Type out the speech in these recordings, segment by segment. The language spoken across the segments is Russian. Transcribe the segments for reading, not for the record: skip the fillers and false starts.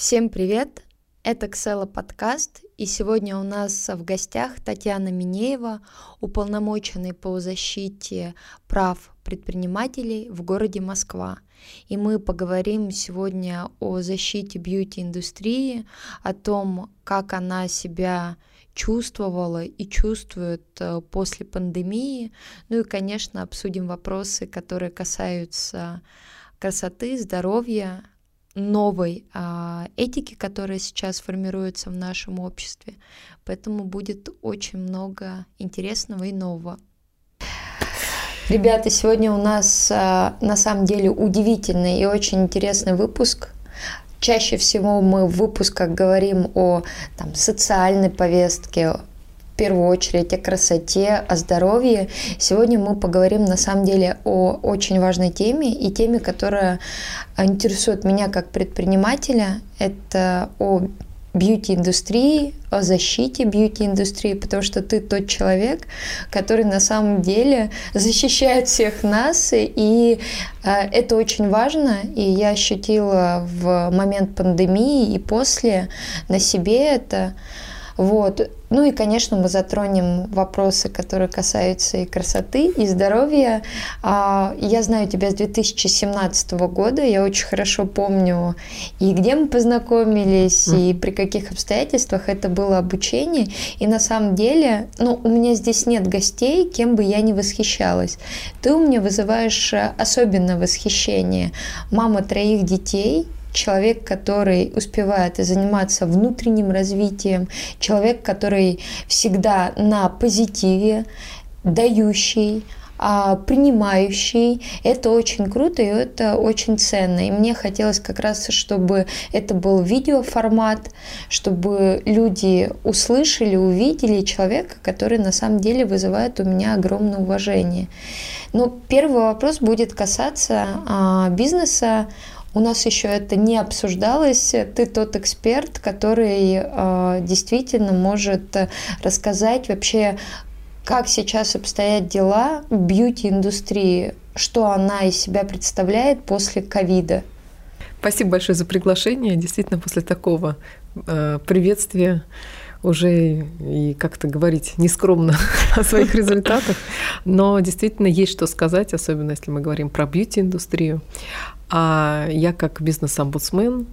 Всем привет! Это Ксела подкаст, и сегодня у нас в гостях Татьяна Минеева, уполномоченный по защите прав предпринимателей в городе Москва. И мы поговорим сегодня о защите бьюти-индустрии, о том, как она себя чувствовала и чувствует после пандемии. Ну и, конечно, обсудим вопросы, которые касаются красоты, здоровья, новой этики, которая сейчас формируется в нашем обществе. Поэтому будет очень много интересного и нового. Ребята, сегодня у нас на самом деле удивительный и очень интересный выпуск. Чаще всего мы в выпусках говорим о социальной повестке, в первую очередь о красоте, о здоровье. Сегодня мы поговорим на самом деле о очень важной теме и теме, которая интересует меня как предпринимателя. Это о бьюти-индустрии, о защите бьюти-индустрии, потому что ты тот человек, который на самом деле защищает всех нас, и это очень важно, и я ощутила в момент пандемии и после на себе это. Ну и, конечно, мы затронем вопросы, которые касаются и красоты, и здоровья. Я знаю тебя с 2017 года, я очень хорошо помню, и где мы познакомились, и при каких обстоятельствах это было обучение. И на самом деле, у меня здесь нет гостей, кем бы я ни восхищалась. Ты у меня вызываешь особенное восхищение. Мама 3 детей, человек, который успевает заниматься внутренним развитием, человек, который всегда на позитиве, дающий, принимающий. Это очень круто и это очень ценно. И мне хотелось как раз, чтобы это был видеоформат, чтобы люди услышали, увидели человека, который на самом деле вызывает у меня огромное уважение. Но первый вопрос будет касаться бизнеса. У нас еще это не обсуждалось. Ты тот эксперт, который действительно может рассказать вообще, как сейчас обстоят дела в бьюти-индустрии, что она из себя представляет после ковида. Спасибо большое за приглашение. Действительно, после такого приветствия уже и как-то говорить нескромно о своих результатах, но действительно есть что сказать, особенно если мы говорим про бьюти-индустрию. А я как бизнес-омбудсмен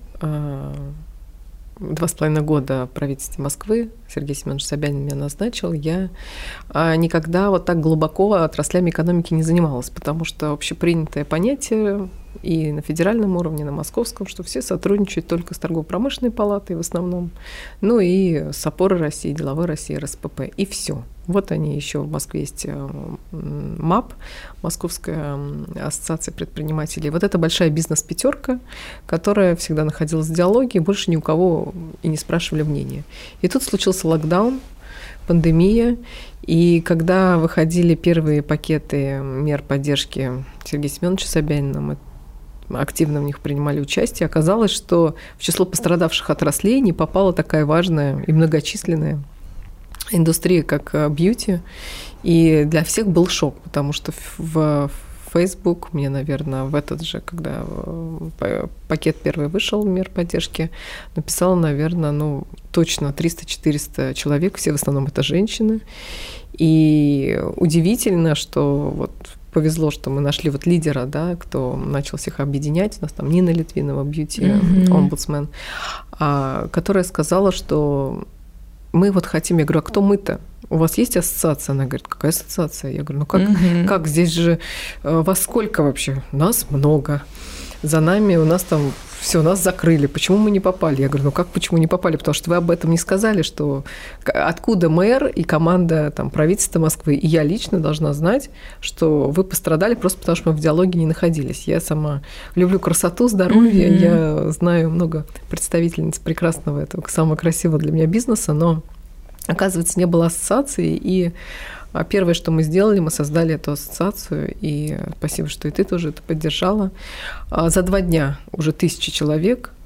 2,5 года в правительстве Москвы, Сергей Семенович Собянин меня назначил, я никогда вот так глубоко отраслями экономики не занималась, потому что общепринятое понятие и на федеральном уровне, на московском, что все сотрудничают только с торгово-промышленной палатой в основном, ну и с Опорой России, Деловой России, РСПП, и все. Вот они еще в Москве есть МАП, Московская ассоциация предпринимателей. Вот это большая бизнес-пятерка, которая всегда находилась в диалоге, больше ни у кого и не спрашивали мнения. И тут случился локдаун, пандемия, и когда выходили первые пакеты мер поддержки Сергея Семеновича Собянина, мы активно в них принимали участие, оказалось, что в число пострадавших отраслей не попала такая важная и многочисленная индустрия, как бьюти, и для всех был шок, потому что в Facebook мне, наверное, в этот же, когда пакет первый вышел, мер поддержки, написало, наверное, точно 300-400 человек, все в основном это женщины, и удивительно, что вот повезло, что мы нашли вот лидера, да, кто начал всех объединять. У нас там Нина Литвинова, бьюти-омбудсмен, которая сказала, что мы вот хотим, я говорю, а кто мы-то? У вас есть ассоциация? Она говорит, какая ассоциация? Я говорю, как здесь же, вас сколько вообще? Нас много. За нами у нас там все, нас закрыли. Почему мы не попали? Я говорю, как почему не попали? Потому что вы об этом не сказали, что откуда мэр и команда правительства Москвы, и я лично должна знать, что вы пострадали просто потому, что мы в диалоге не находились. Я сама люблю красоту, здоровье, я знаю много представительниц прекрасного этого, самого красивого для меня бизнеса, но, оказывается, не было ассоциации, и первое, что мы сделали, мы создали эту ассоциацию, и спасибо, что и ты тоже это поддержала. За 2 дня уже 1000 человек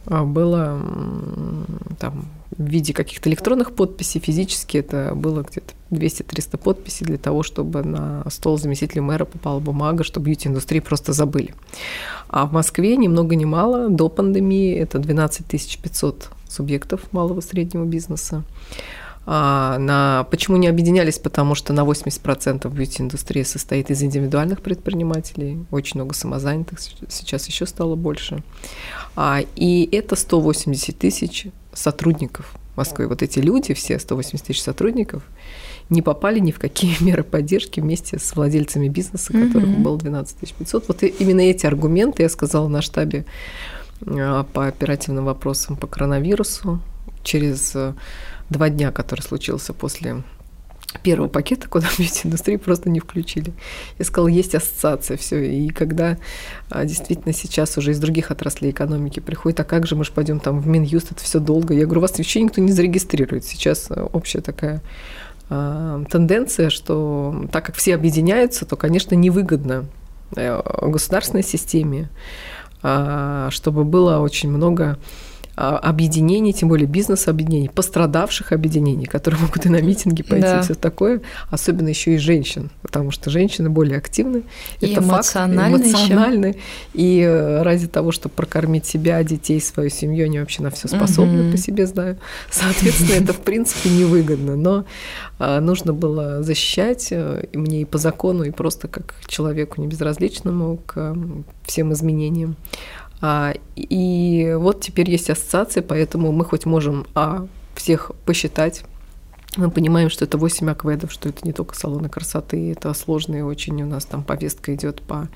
было там в виде каких-то электронных подписей, физически это было где-то 200-300 подписей для того, чтобы на стол заместителя мэра попала бумага, чтобы бьюти-индустрии просто забыли. А в Москве ни много ни мало до пандемии это 12 500 субъектов малого и среднего бизнеса. Почему не объединялись? Потому что на 80% бьюти-индустрия состоит из индивидуальных предпринимателей, очень много самозанятых, сейчас еще стало больше. И это 180 тысяч сотрудников Москвы. Вот эти люди, все 180 тысяч сотрудников, не попали ни в какие меры поддержки вместе с владельцами бизнеса, которых было 12 500. Вот именно эти аргументы я сказала на штабе по оперативным вопросам по коронавирусу через 2 дня, который случился после первого пакета, куда бьюти-индустрию просто не включили. Я сказала, есть ассоциация, все. И когда действительно сейчас уже из других отраслей экономики приходит, а как же мы же пойдем там в Минюст, это все долго. Я говорю, вас вообще никто не зарегистрирует. Сейчас общая такая тенденция, что так как все объединяются, то, конечно, невыгодно государственной системе, чтобы было очень много объединений, тем более бизнес-объединений, пострадавших объединений, которые могут и на митинги пойти, и все такое, особенно еще и женщин, потому что женщины более активны, и это эмоциональны, и ради того, чтобы прокормить себя, детей, свою семью, они вообще на все способны, по себе знаю. Соответственно, это в принципе невыгодно, но нужно было защищать мне и по закону, и просто как человеку небезразличному к всем изменениям. И вот теперь есть ассоциация, поэтому мы хоть можем всех посчитать, мы понимаем, что это 8 акведов, что это не только салоны красоты, это сложные очень, у нас там повестка идет по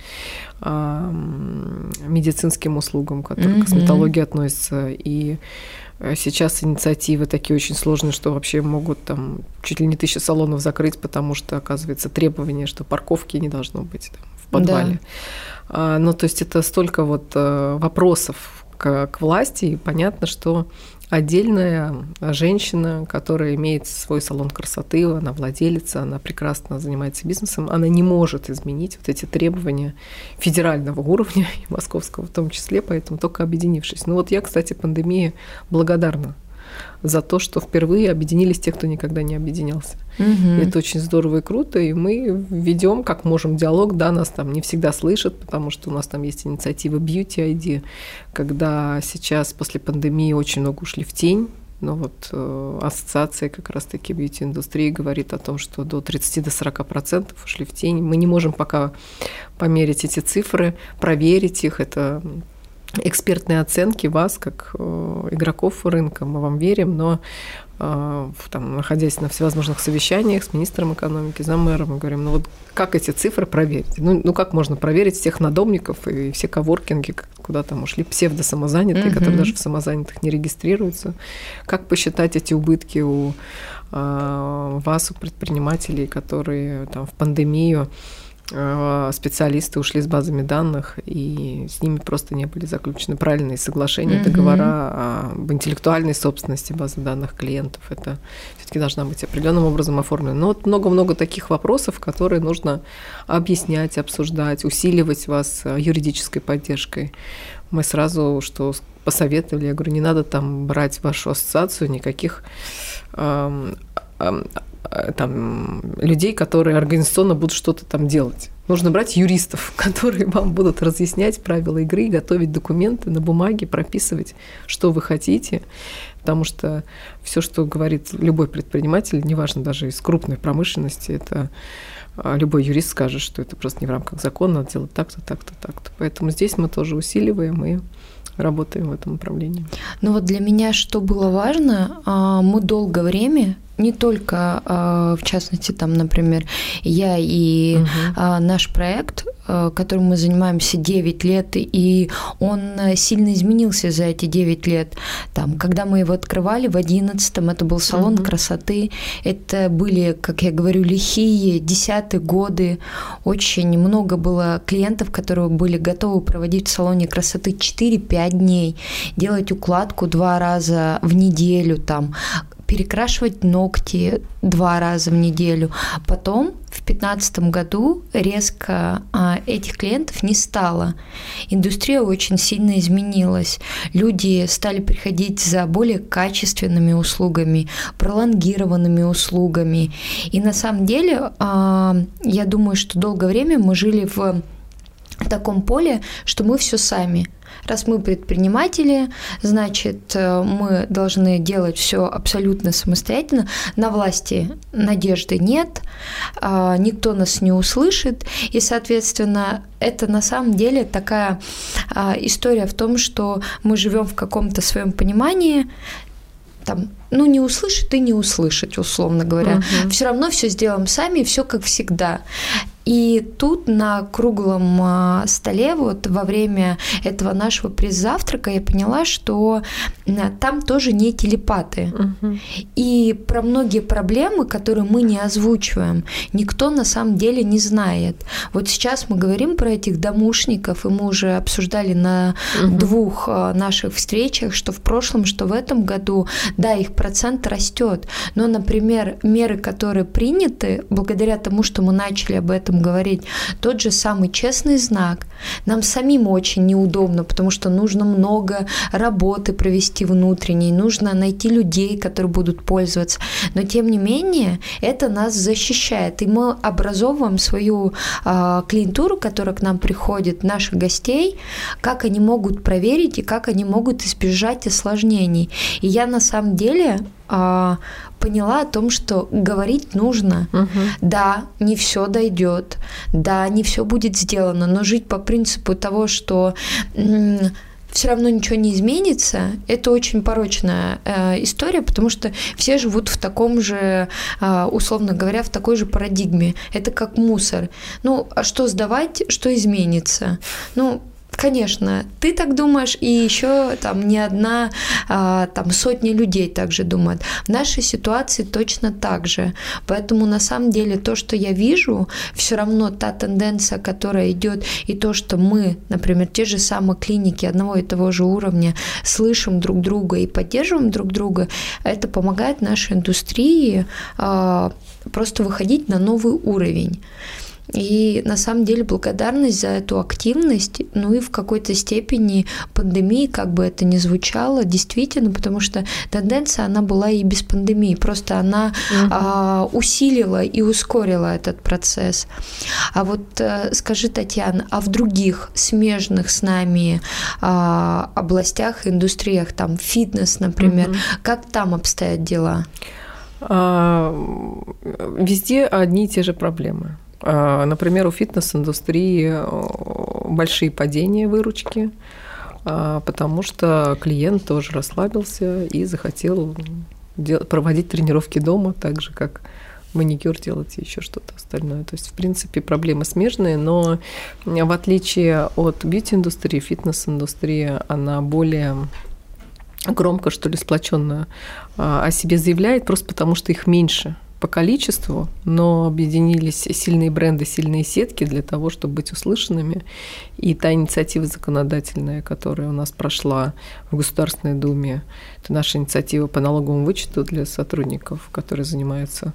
медицинским услугам, которые к косметологии относятся, и сейчас инициативы такие очень сложные, что вообще могут там чуть ли не 1000 салонов закрыть, потому что, оказывается, требование, что парковки не должно быть там в подвале. Ну, то есть это столько вот вопросов к власти, и понятно, что отдельная женщина, которая имеет свой салон красоты, она владелица, она прекрасно занимается бизнесом, она не может изменить вот эти требования федерального уровня, и московского в том числе, поэтому только объединившись. Ну вот я, кстати, пандемии благодарна за то, что впервые объединились те, кто никогда не объединялся. Это очень здорово и круто, и мы ведем как можем диалог, да, нас там не всегда слышат, потому что у нас там есть инициатива Beauty ID, когда сейчас после пандемии очень много ушли в тень, но вот ассоциация как раз-таки бьюти-индустрии говорит о том, что до 30-40% ушли в тень. Мы не можем пока померить эти цифры, проверить их, это экспертные оценки вас, как игроков рынка, мы вам верим, но там, находясь на всевозможных совещаниях с министром экономики, заммэром, мы говорим, ну вот как эти цифры проверить? Ну как можно проверить всех надомников и все коворкинги, куда там ушли псевдосамозанятые, которые даже в самозанятых не регистрируются? Как посчитать эти убытки у вас, у предпринимателей, которые там в пандемию специалисты ушли с базами данных, и с ними просто не были заключены правильные соглашения, договора об интеллектуальной собственности базы данных клиентов. Это все-таки должна быть определенным образом оформлена. Но вот много-много таких вопросов, которые нужно объяснять, обсуждать, усиливать вас юридической поддержкой. Мы сразу что посоветовали, я говорю, не надо там брать вашу ассоциацию никаких там людей, которые организационно будут что-то там делать. Нужно брать юристов, которые вам будут разъяснять правила игры, готовить документы на бумаге, прописывать, что вы хотите, потому что все, что говорит любой предприниматель, неважно даже из крупной промышленности, это любой юрист скажет, что это просто не в рамках закона, надо делать так-то, так-то, так-то. Поэтому здесь мы тоже усиливаем и работаем в этом направлении. Ну вот для меня что было важно, мы долгое время, не только, в частности, там, например, я и наш проект, которым мы занимаемся 9 лет, и он сильно изменился за эти 9 лет. Там, когда мы его открывали в 2011-м, это был салон красоты, это были, как я говорю, лихие 10-е годы, очень много было клиентов, которые были готовы проводить в салоне красоты 4-5 дней, делать укладку 2 раза в неделю, там, перекрашивать ногти 2 раза в неделю. Потом в 2015 году резко этих клиентов не стало. Индустрия очень сильно изменилась. Люди стали приходить за более качественными услугами, пролонгированными услугами. И на самом деле, я думаю, что долгое время мы жили в таком поле, что мы все сами. Раз мы предприниматели, значит, мы должны делать все абсолютно самостоятельно. На власти надежды нет, никто нас не услышит. И, соответственно, это на самом деле такая история в том, что мы живем в каком-то своем понимании, там, не услышит и не услышать, условно говоря. Все равно все сделаем сами, все как всегда. И тут на круглом столе, вот во время этого нашего пресс-завтрака, я поняла, что там тоже не телепаты. И про многие проблемы, которые мы не озвучиваем, никто на самом деле не знает. Вот сейчас мы говорим про этих домушников, и мы уже обсуждали на 2 наших встречах, что в прошлом, что в этом году, да, их процент растет. Но, например, меры, которые приняты, благодаря тому, что мы начали об этом говорить, тот же самый честный знак, нам самим очень неудобно, потому что нужно много работы провести внутренней, нужно найти людей, которые будут пользоваться. Но, тем не менее, это нас защищает. И мы образовываем свою клиентуру, которая к нам приходит, наших гостей, как они могут проверить и как они могут избежать осложнений. И я на самом деле поняла о том, что говорить нужно. Да, не все дойдет, да, не все будет сделано, но жить по принципу того, что все равно ничего не изменится, это очень порочная история, потому что все живут в таком же, условно говоря, в такой же парадигме. Это как мусор. А что сдавать, что изменится? Конечно, ты так думаешь, и еще там не одна, сотни людей также думают. В нашей ситуации точно так же. Поэтому на самом деле то, что я вижу, все равно та тенденция, которая идет, и то, что мы, например, те же самые клиники одного и того же уровня слышим друг друга и поддерживаем друг друга, это помогает нашей индустрии просто выходить на новый уровень. И на самом деле благодарность за эту активность, и в какой-то степени пандемии, как бы это ни звучало, действительно, потому что тенденция, она была и без пандемии, просто она усилила и ускорила этот процесс. А вот скажи, Татьяна, а в других смежных с нами областях, индустриях, там фитнес, например, как там обстоят дела? Везде одни и те же проблемы. Например, у фитнес-индустрии большие падения выручки, потому что клиент тоже расслабился и захотел проводить тренировки дома, так же, как маникюр делать и еще что-то остальное. То есть, в принципе, проблемы смежные, но в отличие от бьюти-индустрии, фитнес-индустрия, она более громко, что ли, сплоченно о себе заявляет, просто потому что их меньше по количеству, но объединились сильные бренды, сильные сетки для того, чтобы быть услышанными. И та инициатива законодательная, которая у нас прошла в Государственной Думе, это наша инициатива по налоговому вычету для сотрудников, которые занимаются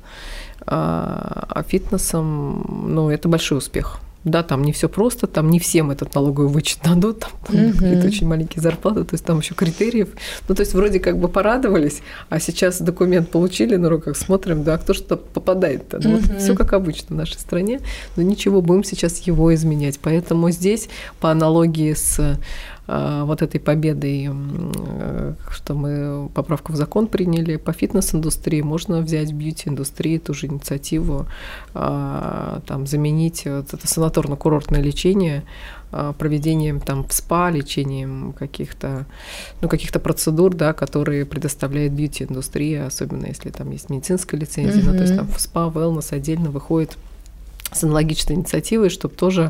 фитнесом, это большой успех. Да, там не все просто, там не всем этот налоговый вычет дадут, там какие-то очень маленькие зарплаты, то есть там еще критериев. То есть вроде как бы порадовались, а сейчас документ получили на руках, смотрим, да, кто что попадает-то. Все как обычно в нашей стране, но ничего, будем сейчас его изменять. Поэтому здесь по аналогии с вот этой победой, что мы поправку в закон приняли, по фитнес-индустрии можно взять в бьюти-индустрии ту же инициативу, там, заменить вот это санаторно-курортное лечение проведением там в СПА, лечением каких-то процедур, да, которые предоставляет бьюти-индустрия, особенно если там есть медицинская лицензия, то есть там в СПА, wellness отдельно выходит с аналогичной инициативой, чтобы тоже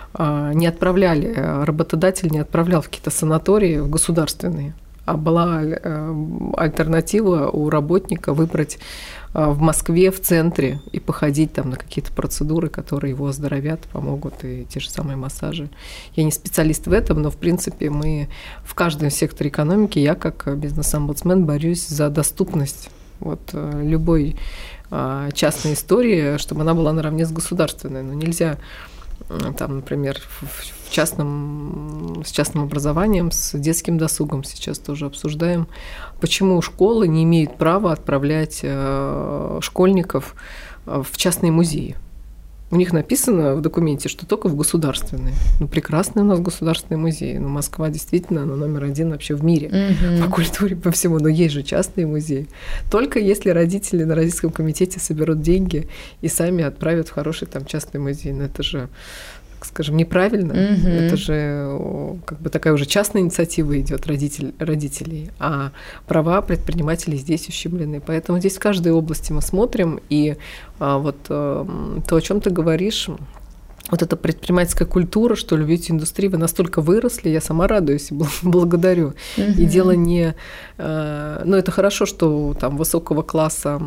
работодатель не отправлял в какие-то санатории в государственные, а была альтернатива у работника выбрать в Москве, в центре, и походить там на какие-то процедуры, которые его оздоровят, помогут, и те же самые массажи. Я не специалист в этом, но, в принципе, мы в каждом секторе экономики, я как бизнес-омбудсмен борюсь за доступность Вот любой частной истории, чтобы она была наравне с государственной. Но нельзя там, например, с частным образованием, с детским досугом сейчас тоже обсуждаем, почему школы не имеют права отправлять школьников в частные музеи. У них написано в документе, что только в государственные. Ну, прекрасные у нас государственные музеи. Ну, Москва действительно, она номер один вообще в мире по культуре, по всему. Но есть же частные музеи. Только если родители на родительском комитете соберут деньги и сами отправят в хороший там частный музей. Но это же, так скажем, неправильно. Это же как бы такая уже частная инициатива идет родителей, а права предпринимателей здесь ущемлены. Поэтому здесь в каждой области мы смотрим, и вот то, о чем ты говоришь, вот эта предпринимательская культура, что ли, бьюти-индустрии, вы настолько выросли, я сама радуюсь и благодарю. И дело не... Ну, это хорошо, что там высокого класса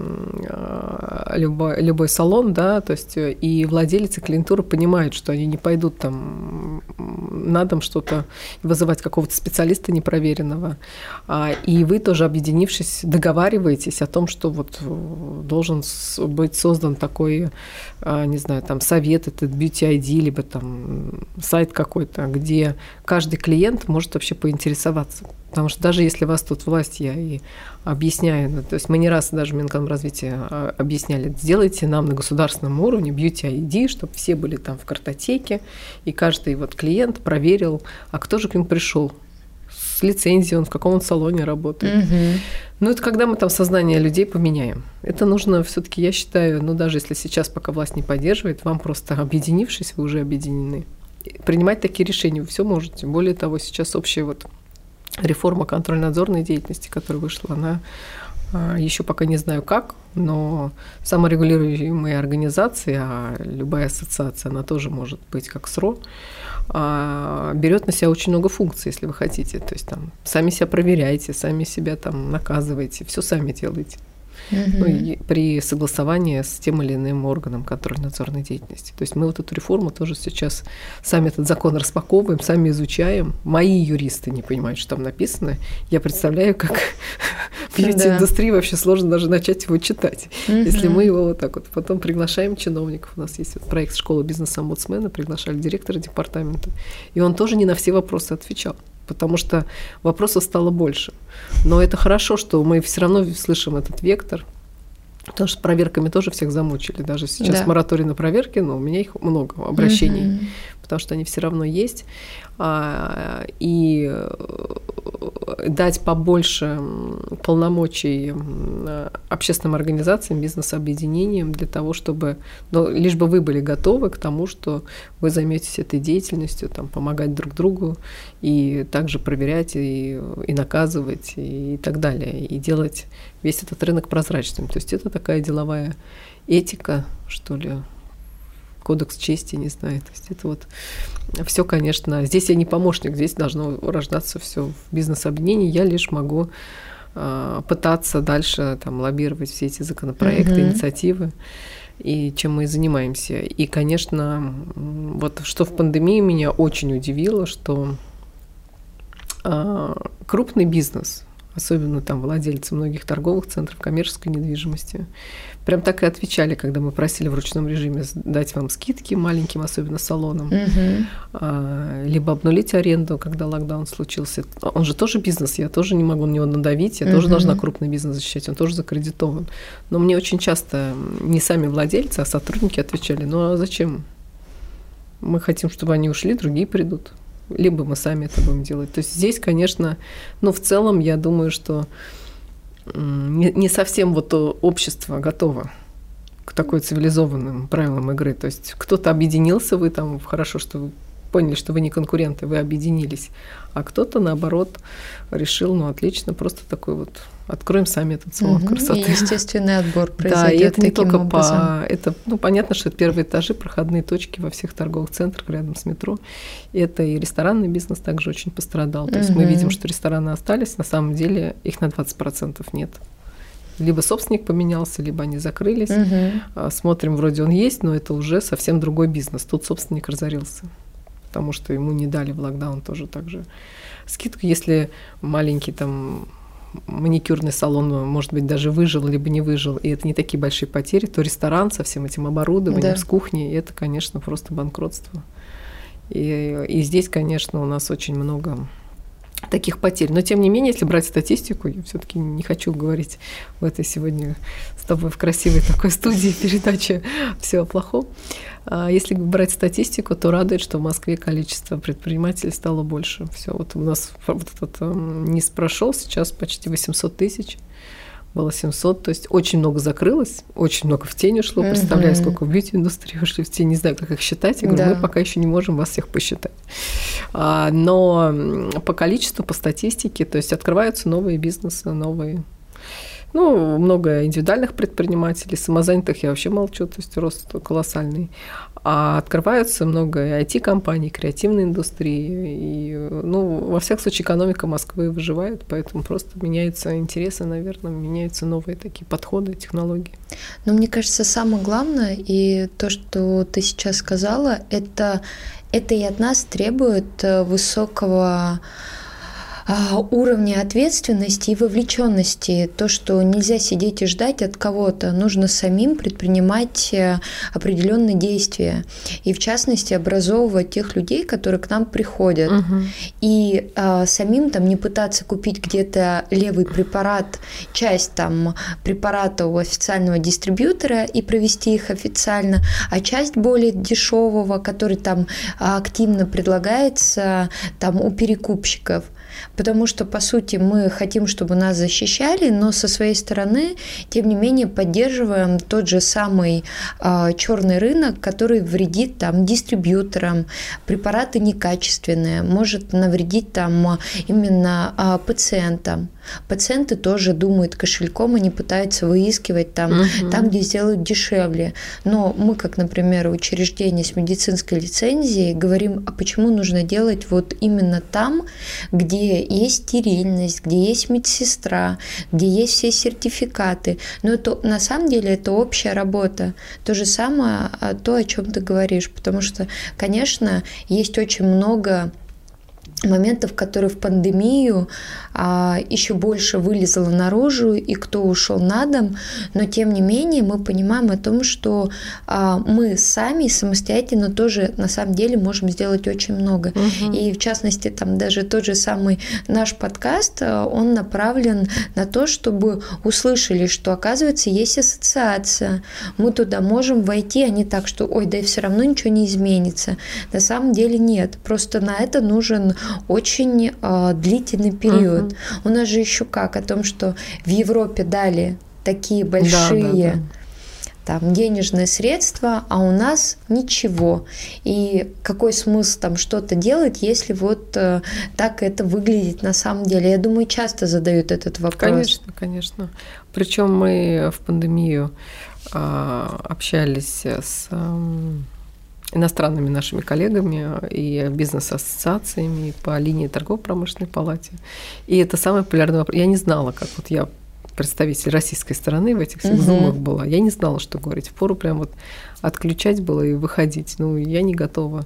любой салон, да, то есть и владельцы, клиентура понимают, что они не пойдут там на дом что-то вызывать какого-то специалиста непроверенного. И вы тоже, объединившись, договариваетесь о том, что вот должен быть создан такой, не знаю, там совет, это Beauty ID, либо там сайт какой-то, где каждый клиент может вообще поинтересоваться. Потому что даже если вас тут власть, я и объясняю, ну, то есть мы не раз даже в Минэкономразвитии объясняли, сделайте нам на государственном уровне Beauty ID, чтобы все были там в картотеке, и каждый вот клиент проверил, а кто же к ним пришел, с лицензией он, в каком он салоне работает. Ну, это когда мы там сознание людей поменяем. Это нужно все-таки, я считаю, ну, даже если сейчас пока власть не поддерживает, вам просто объединившись, вы уже объединены. Принимать такие решения вы все можете. Более того, сейчас общая вот реформа контрольно-надзорной деятельности, которая вышла, она еще пока не знаю как, но саморегулируемые организации, а любая ассоциация, она тоже может быть как СРО, берет на себя очень много функций, если вы хотите. То есть там сами себя проверяете, сами себя там наказываете, все сами делаете. Ну, и при согласовании с тем или иным органом контрольно-надзорной деятельности. То есть мы вот эту реформу тоже сейчас сами этот закон распаковываем, сами изучаем. Мои юристы не понимают, что там написано. Я представляю, как в бьюти-индустрии вообще сложно даже начать его читать, если мы его вот так вот. Потом приглашаем чиновников. У нас есть вот проект «Школа бизнес-омбудсмена», приглашали директора департамента, и он тоже не на все вопросы отвечал, потому что вопросов стало больше. Но это хорошо, что мы все равно слышим этот вектор, потому что проверками тоже всех замучили. Даже сейчас мораторий на проверки, но у меня их много обращений, потому что они все равно есть. И дать побольше полномочий общественным организациям, бизнес-объединениям для того, чтобы, ну, лишь бы вы были готовы к тому, что вы займетесь этой деятельностью, там, помогать друг другу и также проверять и наказывать и так далее, и делать весь этот рынок прозрачным. То есть это такая деловая этика, что ли, кодекс чести, не знаю. То есть это вот все, конечно, здесь я не помощник, здесь должно рождаться все в бизнес-объединении, я лишь могу пытаться дальше там лоббировать все эти законопроекты, инициативы, и чем мы и занимаемся. И, конечно, вот что в пандемии меня очень удивило, что крупный бизнес, особенно там владельцы многих торговых центров, коммерческой недвижимости, прям так и отвечали, когда мы просили в ручном режиме дать вам скидки маленьким, особенно салонам, либо обнулить аренду, когда локдаун случился. Он же тоже бизнес, я тоже не могу на него надавить, я тоже должна крупный бизнес защищать, он тоже закредитован. Но мне очень часто не сами владельцы, а сотрудники отвечали, ну а зачем? Мы хотим, чтобы они ушли, другие придут. Либо мы сами это будем делать. То есть здесь, конечно, ну, в целом, я думаю, что не совсем вот общество готово к такой цивилизованным правилам игры. То есть кто-то объединился, вы там, хорошо, что вы поняли, что вы не конкуренты, вы объединились, а кто-то, наоборот, решил, ну, отлично, просто такой вот откроем сами этот салон красоты. И естественный отбор произойдет. Да, и это не таким только образом. это, ну, понятно, что это первые этажи, проходные точки во всех торговых центрах рядом с метро. И это и ресторанный бизнес также очень пострадал. То есть мы видим, что рестораны остались, на самом деле их на 20% нет. Либо собственник поменялся, либо они закрылись. Смотрим, вроде он есть, но это уже совсем другой бизнес. Тут собственник разорился, потому что ему не дали в локдаун тоже так же скидку. Если маленький там маникюрный салон, может быть, даже выжил, либо не выжил, и это не такие большие потери, то ресторан со всем этим оборудованием, с кухней, это, конечно, просто банкротство. И здесь, конечно, у нас очень много таких потерь. Но, тем не менее, если брать статистику, я все-таки не хочу говорить в этой сегодня с тобой в красивой такой студии передачи «Все о плохом». Если брать статистику, то радует, что в Москве количество предпринимателей стало больше. Все, вот у нас вот этот низ прошел, сейчас почти 800 тысяч. Было 700, то есть очень много закрылось, очень много в тень ушло. Представляю, сколько в бьюти-индустрии ушли в тень, не знаю, как их считать. Я говорю, мы пока еще не можем вас всех посчитать. Но по количеству, по статистике, то есть открываются новые бизнесы, новые. Ну, много индивидуальных предпринимателей, самозанятых я вообще молчу, то есть рост колоссальный. А открываются много IT-компаний, креативной индустрии. И, ну, во всяком случае, экономика Москвы выживает, поэтому просто меняются интересы, наверное, меняются новые такие подходы, технологии. Но мне кажется, самое главное, и то, что ты сейчас сказала, это и от нас требует высокого уровня ответственности и вовлеченности. То, что нельзя сидеть и ждать от кого-то, нужно самим предпринимать определенные действия. И в частности образовывать тех людей, которые к нам приходят. И самим там не пытаться купить где-то левый препарат, часть там препарата у официального дистрибьютора и провести их официально, а часть более дешевого, который там активно предлагается там у перекупщиков. Потому что, по сути, мы хотим, чтобы нас защищали, но со своей стороны, тем не менее, поддерживаем тот же самый черный рынок, который вредит там дистрибьюторам, препараты некачественные, может навредить там именно пациентам. Пациенты тоже думают кошельком, они пытаются выискивать там, где сделают дешевле. Но мы, как, например, учреждение с медицинской лицензией, говорим, а почему нужно делать вот именно там, где есть стерильность, где есть медсестра, где есть все сертификаты. Но это, на самом деле это общая работа. То же самое, то, о чем ты говоришь. Потому что, конечно, есть очень много моментов, которые в пандемию еще больше вылезло наружу, и кто ушел на дом, но тем не менее мы понимаем о том, что мы сами самостоятельно тоже на самом деле можем сделать очень много. И в частности, там даже тот же самый наш подкаст, он направлен на то, чтобы услышали, что оказывается есть ассоциация, мы туда можем войти, а не так, что ой, да и все равно ничего не изменится. На самом деле нет, просто на это нужен очень длительный период. У нас же еще как, о том, что в Европе дали такие большие там денежные средства, а у нас ничего. И какой смысл там что-то делать, если вот так это выглядит на самом деле? Я думаю, часто задают этот вопрос. Конечно, конечно. Причем мы в пандемию общались с иностранными нашими коллегами и бизнес-ассоциациями по линии торгово-промышленной палате. И это самый популярный вопрос. Я не знала, как вот я представитель российской стороны в этих всех зумах была. Я не знала, что говорить. Впору прям вот отключать было и выходить. Ну, я не готова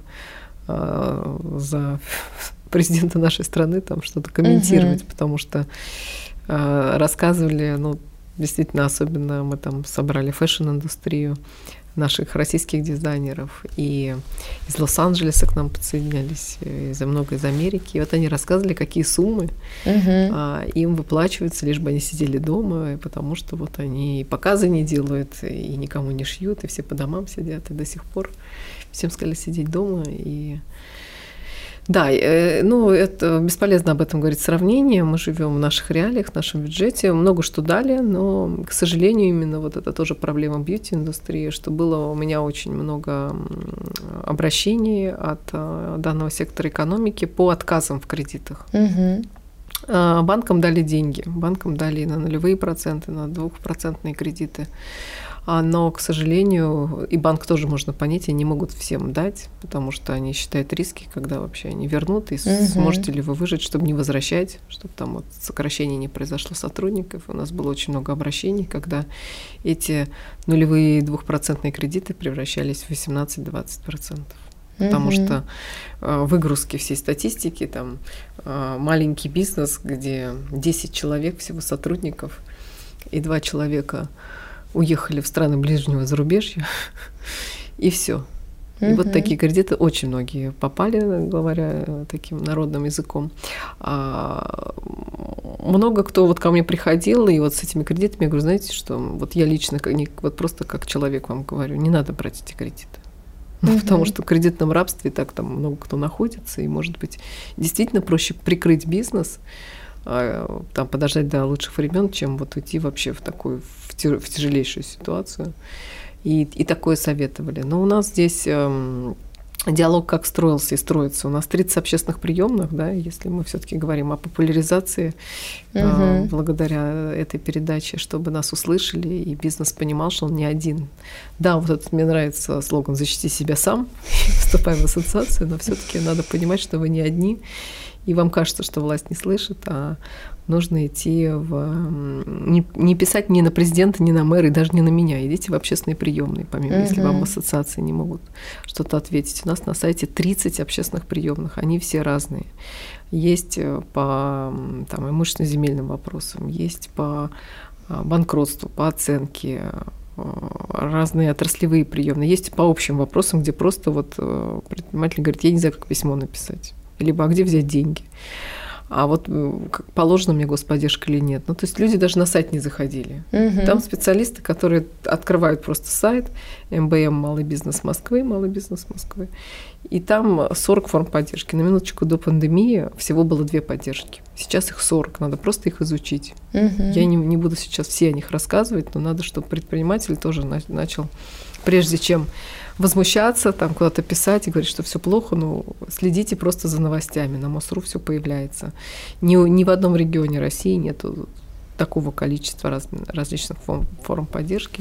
за президента нашей страны там что-то комментировать, потому что рассказывали, ну, действительно, особенно мы там собрали фэшн-индустрию, наших российских дизайнеров, и из Лос-Анджелеса к нам подсоединялись, много из Америки. И вот они рассказывали, какие суммы им выплачиваются, лишь бы они сидели дома, потому что вот они и показы не делают, и никому не шьют, и все по домам сидят, и до сих пор всем сказали сидеть дома. И да, ну, это бесполезно об этом говорить сравнение. Мы живем в наших реалиях, в нашем бюджете. Много что дали, но, к сожалению, именно вот это тоже проблема бьюти-индустрии, что было у меня очень много обращений от данного сектора экономики по отказам в кредитах. Банкам дали деньги, банкам дали на 0%, на 2% кредиты. Но, к сожалению, и банк тоже, можно понять, они не могут всем дать, потому что они считают риски, когда вообще они вернут, и сможете ли вы выжить, чтобы не возвращать, чтобы там вот сокращение не произошло сотрудников. У нас было очень много обращений, когда эти нулевые 2% кредиты превращались в 18-20%. потому что выгрузки всей статистики, там маленький бизнес, где 10 человек, всего сотрудников, и 2 человека уехали в страны ближнего зарубежья, и все. И вот такие кредиты очень многие попали, говоря таким народным языком. Много кто вот ко мне приходил, и вот с этими кредитами я говорю, знаете, что вот я лично, вот просто как человек вам говорю, не надо брать эти кредиты. Потому что в кредитном рабстве так там много кто находится, и, может быть, действительно проще прикрыть бизнес, там, подождать до лучших времен, чем вот уйти вообще в такую, в тяжелейшую ситуацию. И такое советовали. Но у нас здесь диалог как строился и строится. У нас 30 общественных приемных, да, если мы все-таки говорим о популяризации, благодаря этой передаче, чтобы нас услышали, и бизнес понимал, что он не один. Да, вот этот мне нравится слоган «Защити себя сам», вступай в ассоциацию, но все-таки надо понимать, что вы не одни, и вам кажется, что власть не слышит, а нужно идти не писать ни на президента, ни на мэра, и даже не на меня. Идите в общественные приемные, помимо, если вам в ассоциации не могут что-то ответить. У нас на сайте 30 общественных приемных, они все разные. Есть по там, имущественно-земельным вопросам, есть по банкротству, по оценке, разные отраслевые приемные. Есть по общим вопросам, где просто вот предприниматель говорит, я не знаю, как письмо написать. Либо а где взять деньги. А вот как положено мне господдержка или нет. Ну, то есть люди даже на сайт не заходили. Там специалисты, которые открывают просто сайт МБМ «Малый бизнес Москвы», «Малый бизнес Москвы», и там 40 форм поддержки. На минуточку, до пандемии всего было 2 поддержки. Сейчас их 40, надо просто их изучить. Я не буду сейчас все о них рассказывать, но надо, чтобы предприниматель тоже начал, прежде чем возмущаться, там куда-то писать и говорить, что все плохо, но следите просто за новостями. На МОСРУ все появляется. Ни в одном регионе России нет такого количества различных форм поддержки.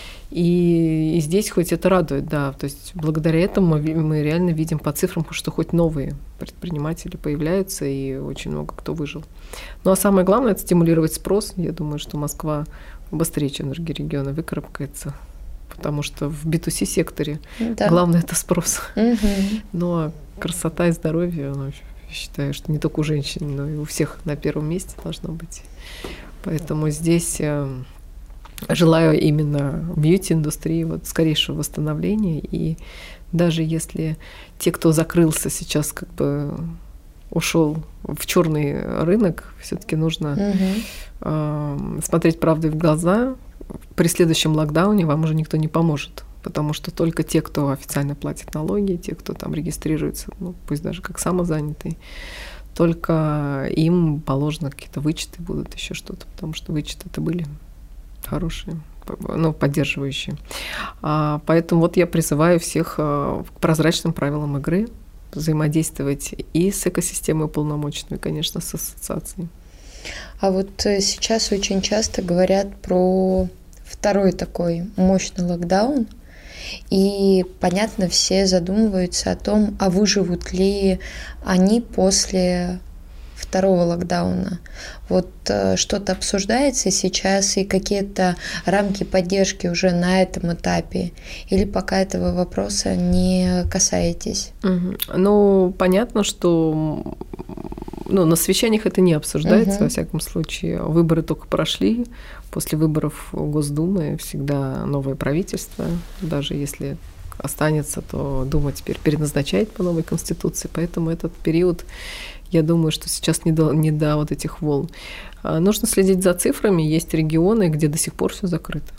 И здесь хоть это радует, да. То есть благодаря этому мы реально видим по цифрам, что хоть новые предприниматели появляются, и очень много кто выжил. Ну а самое главное – это стимулировать спрос. Я думаю, что Москва быстрее, чем другие регионы, выкарабкается. Потому что в B2C секторе главное – это спрос. Но красота и здоровье, я считаю, что не только у женщин, но и у всех на первом месте должно быть. Поэтому здесь желаю именно бьюти-индустрии вот скорейшего восстановления. И даже если те, кто закрылся сейчас, как бы ушел в черный рынок, все-таки нужно смотреть правде в глаза. При следующем локдауне вам уже никто не поможет, потому что только те, кто официально платит налоги, те, кто там регистрируется, ну, пусть даже как самозанятый, только им положено какие-то вычеты будут, еще что-то, потому что вычеты-то были хорошие, ну, поддерживающие. Поэтому вот я призываю всех к прозрачным правилам игры, взаимодействовать и с экосистемой уполномоченной, конечно, с ассоциацией. А вот сейчас очень часто говорят про второй такой мощный локдаун, и, понятно, все задумываются о том, а выживут ли они после второго локдауна. Вот что-то обсуждается сейчас, и какие-то рамки поддержки уже на этом этапе, или пока этого вопроса не касаетесь? Ну, понятно, что на совещаниях это не обсуждается, во всяком случае. Выборы только прошли. После выборов Госдумы всегда новое правительство. Даже если останется, то Дума теперь переназначает по новой Конституции. Поэтому этот период, я думаю, что сейчас не до вот этих волн. Нужно следить за цифрами. Есть регионы, где до сих пор все закрыто.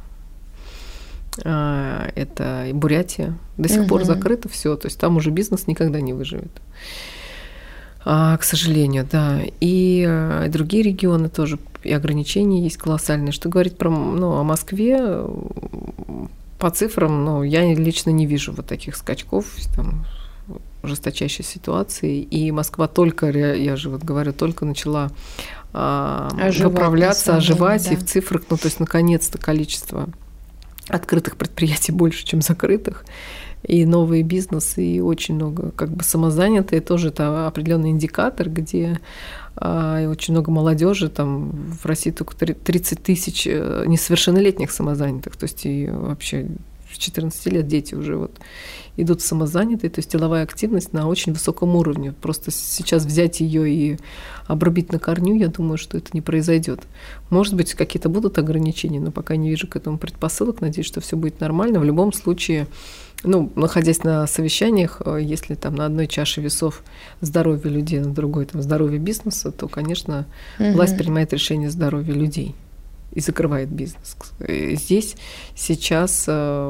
Это Бурятия. До сих пор закрыто все. То есть там уже бизнес никогда не выживет. К сожалению, да. И другие регионы тоже, и ограничения есть колоссальные. Что говорить о Москве, по цифрам, я лично не вижу вот таких скачков, там, жесточайшей ситуации. И Москва только, я же вот говорю, только начала выправляться, оживать, да. И в цифрах, то есть наконец-то количество открытых предприятий больше, чем закрытых. И новые бизнесы, и очень много как бы самозанятые, тоже это определенный индикатор, где очень много молодежи, там в России только 30 тысяч несовершеннолетних самозанятых, то есть и вообще в 14 лет дети уже вот идут самозанятые, то есть деловая активность на очень высоком уровне. Просто сейчас взять ее и обрубить на корню, я думаю, что это не произойдет. Может быть, какие-то будут ограничения, но пока не вижу к этому предпосылок. Надеюсь, что все будет нормально. В любом случае, находясь на совещаниях, если там на одной чаше весов здоровье людей, на другой там здоровье бизнеса, то, конечно, власть принимает решение здоровья людей и закрывает бизнес. Здесь сейчас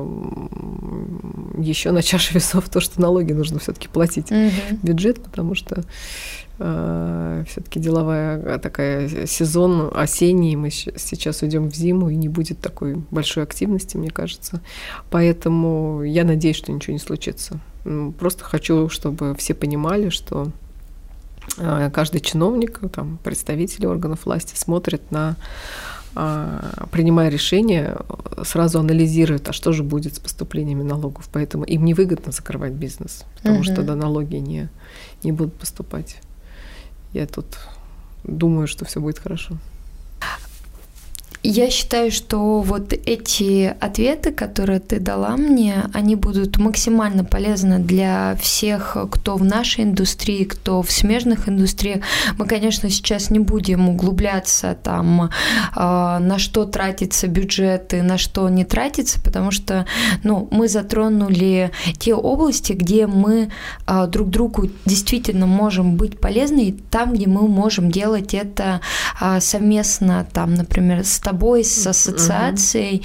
еще на чаше весов то, что налоги нужно все-таки платить в бюджет, потому что все-таки деловая такая сезон осенний, мы сейчас уйдем в зиму, и не будет такой большой активности, мне кажется. Поэтому я надеюсь, что ничего не случится. Просто хочу, чтобы все понимали, что каждый чиновник, там, представители органов власти смотрят принимая решение, сразу анализируют, а что же будет с поступлениями налогов. Поэтому им невыгодно закрывать бизнес, потому что тогда налоги не будут поступать. Я тут думаю, что все будет хорошо. Я считаю, что вот эти ответы, которые ты дала мне, они будут максимально полезны для всех, кто в нашей индустрии, кто в смежных индустриях. Мы, конечно, сейчас не будем углубляться там, на что тратится бюджет и на что не тратится, потому что мы затронули те области, где мы друг другу действительно можем быть полезны, и там, где мы можем делать это совместно, там, например, с тобой, с ассоциацией,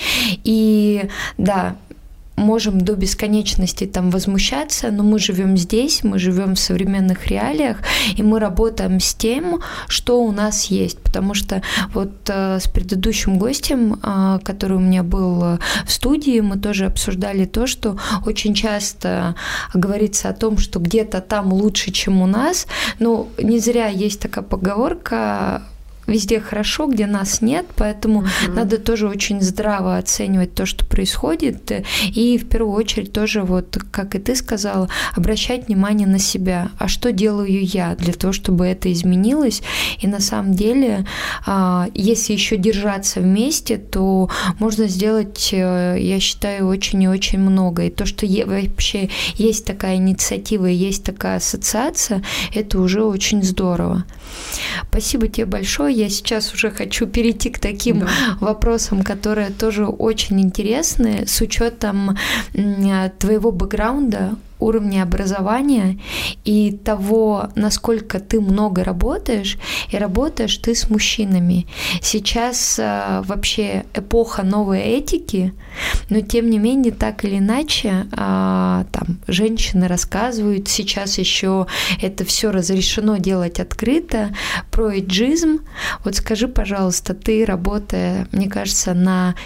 и да, можем до бесконечности там возмущаться, но мы живем здесь, мы живем в современных реалиях, и мы работаем с тем, что у нас есть, потому что вот с предыдущим гостем, который у меня был в студии, мы тоже обсуждали то, что очень часто говорится о том, что где-то там лучше, чем у нас, но не зря есть такая поговорка: везде хорошо, где нас нет, поэтому надо тоже очень здраво оценивать то, что происходит, и в первую очередь тоже, вот как и ты сказала, обращать внимание на себя, а что делаю я для того, чтобы это изменилось, и на самом деле, если еще держаться вместе, то можно сделать, я считаю, очень и очень много, и то, что вообще есть такая инициатива, есть такая ассоциация, это уже очень здорово. Спасибо тебе большое. Я сейчас уже хочу перейти к таким вопросам, которые тоже очень интересны, с учетом твоего бэкграунда, уровня образования и того, насколько ты много работаешь, и работаешь ты с мужчинами. Сейчас вообще эпоха новой этики, но тем не менее, так или иначе, там женщины рассказывают, сейчас еще это все разрешено делать открыто, про эйджизм. Вот скажи, пожалуйста, ты, работая, мне кажется, на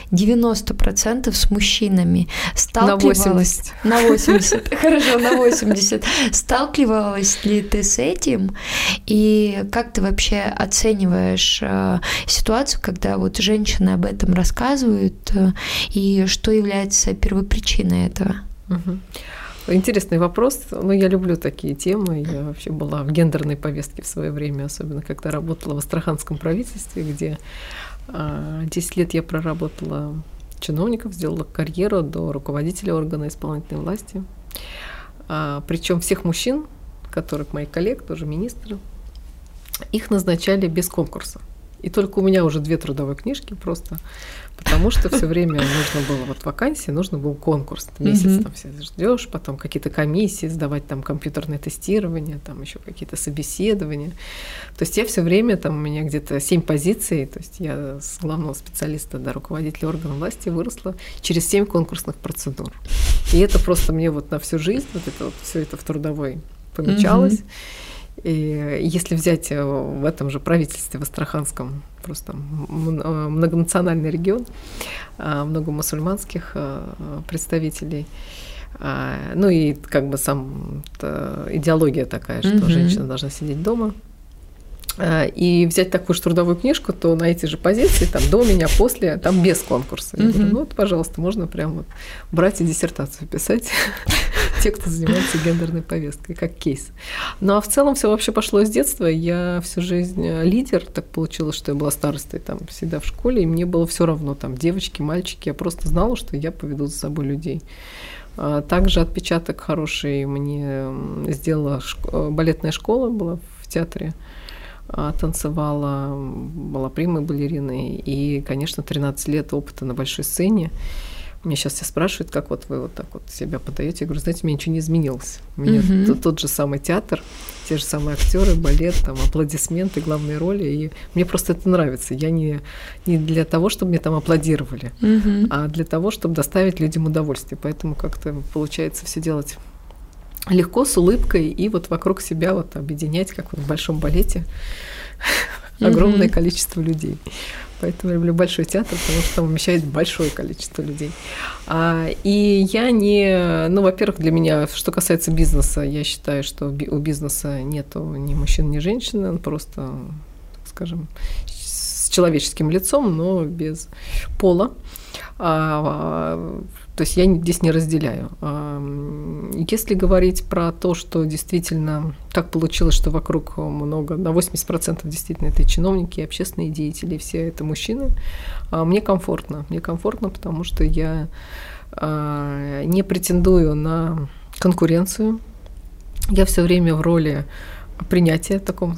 90% с мужчинами, сталкивалась... На 80. Хорошо, на 80. Сталкивалась ли ты с этим? И как ты вообще оцениваешь ситуацию, когда вот женщины об этом рассказывают, и что является первопричиной этого? Интересный вопрос. Я люблю такие темы. Я вообще была в гендерной повестке в свое время, особенно когда работала в Астраханском правительстве, где 10 лет я проработала чиновников, сделала карьеру до руководителя органа исполнительной власти. Причем всех мужчин, которых моих коллег, тоже министры, их назначали без конкурса. И только у меня уже 2 трудовые книжки просто, потому что все время нужно было, вот вакансии, нужно был конкурс. Месяц там все ждешь, потом какие-то комиссии, сдавать там компьютерное тестирование, там еще какие-то собеседования. То есть я все время, там у меня где-то 7 позиций, то есть я с главного специалиста до руководителя органа власти выросла через 7 конкурсных процедур. И это просто мне вот на всю жизнь, вот это вот все это в трудовой помечалось. И если взять в этом же правительстве, в Астраханском, просто многонациональный регион, много мусульманских представителей, и как бы сам идеология такая, что женщина должна сидеть дома. И взять такую же трудовую книжку, то на эти же позиции, там, до меня, после, там без конкурса. Я говорю, пожалуйста, можно прям вот брать и диссертацию писать. те, кто занимается гендерной повесткой, как кейс. Ну а в целом все вообще пошло с детства. Я всю жизнь лидер, так получилось, что я была старостой там всегда в школе, и мне было все равно, там девочки, мальчики, я просто знала, что я поведу за собой людей. Также отпечаток хороший мне сделала балетная школа, была в театре, танцевала, была примой балериной, и, конечно, 13 лет опыта на большой сцене. Меня сейчас все спрашивают, как вот вы вот так вот себя подаете. Я говорю, знаете, у меня ничего не изменилось. У меня тот же самый театр, те же самые актеры, балет, там, аплодисменты, главные роли. И мне просто это нравится. Я не для того, чтобы мне там аплодировали, а для того, чтобы доставить людям удовольствие. Поэтому как-то получается все делать легко, с улыбкой, и вот вокруг себя вот объединять, как вот в большом балете, огромное количество людей. Поэтому я люблю большой театр, потому что там умещает большое количество людей. И я не... Ну, во-первых, для меня, что касается бизнеса, я считаю, что у бизнеса нету ни мужчин, ни женщин, он просто, так скажем, с человеческим лицом, но без пола. То есть я здесь не разделяю. Если говорить про то, что действительно так получилось, что вокруг много, на 80% действительно это и чиновники, и общественные деятели, все это мужчины, мне комфортно. Мне комфортно, потому что я не претендую на конкуренцию. Я все время в роли принятия таком,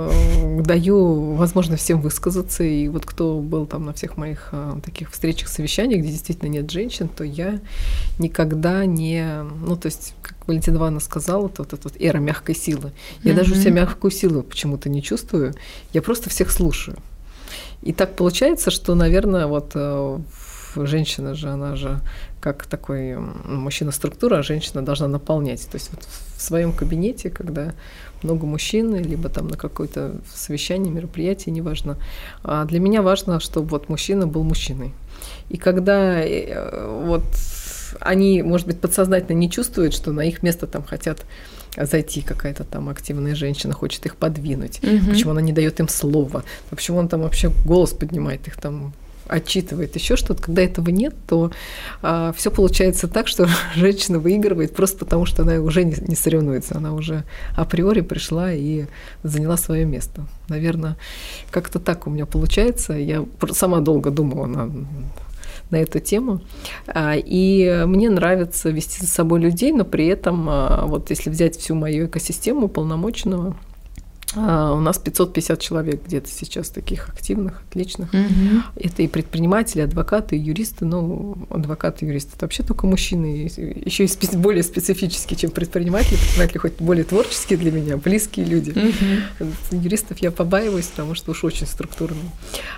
даю возможность всем высказаться. И вот кто был там на всех моих таких встречах, совещаниях, где действительно нет женщин, то я никогда не... Ну, то есть, как Валентина Ивановна сказала, это вот эта вот эра мягкой силы. Я даже у себя мягкую силу почему-то не чувствую. Я просто всех слушаю. И так получается, что, наверное, вот женщина же, она же как такой мужчина-структура, а женщина должна наполнять. То есть вот в своем кабинете, когда много мужчин, либо там на какое-то совещание, мероприятие, неважно. А для меня важно, чтобы вот мужчина был мужчиной. И когда вот они, может быть, подсознательно не чувствуют, что на их место там хотят зайти какая-то там активная женщина, хочет их подвинуть, почему она не дает им слова, почему он там вообще голос поднимает, их там отчитывает, еще что-то. Когда этого нет, то все получается так, что женщина выигрывает просто потому, что она уже не соревнуется, она уже априори пришла и заняла свое место. Наверное, как-то так у меня получается. Я сама долго думала на эту тему. И мне нравится вести за собой людей, но при этом, вот если взять всю мою экосистему уполномоченного, у нас 550 человек где-то сейчас таких активных, отличных. Это и предприниматели, адвокаты, и юристы. Ну, адвокаты и юристы – это вообще только мужчины, еще и более специфические, чем предприниматели. Предприниматели хоть более творческие для меня, близкие люди. Юристов я побаиваюсь, потому что уж очень структурные.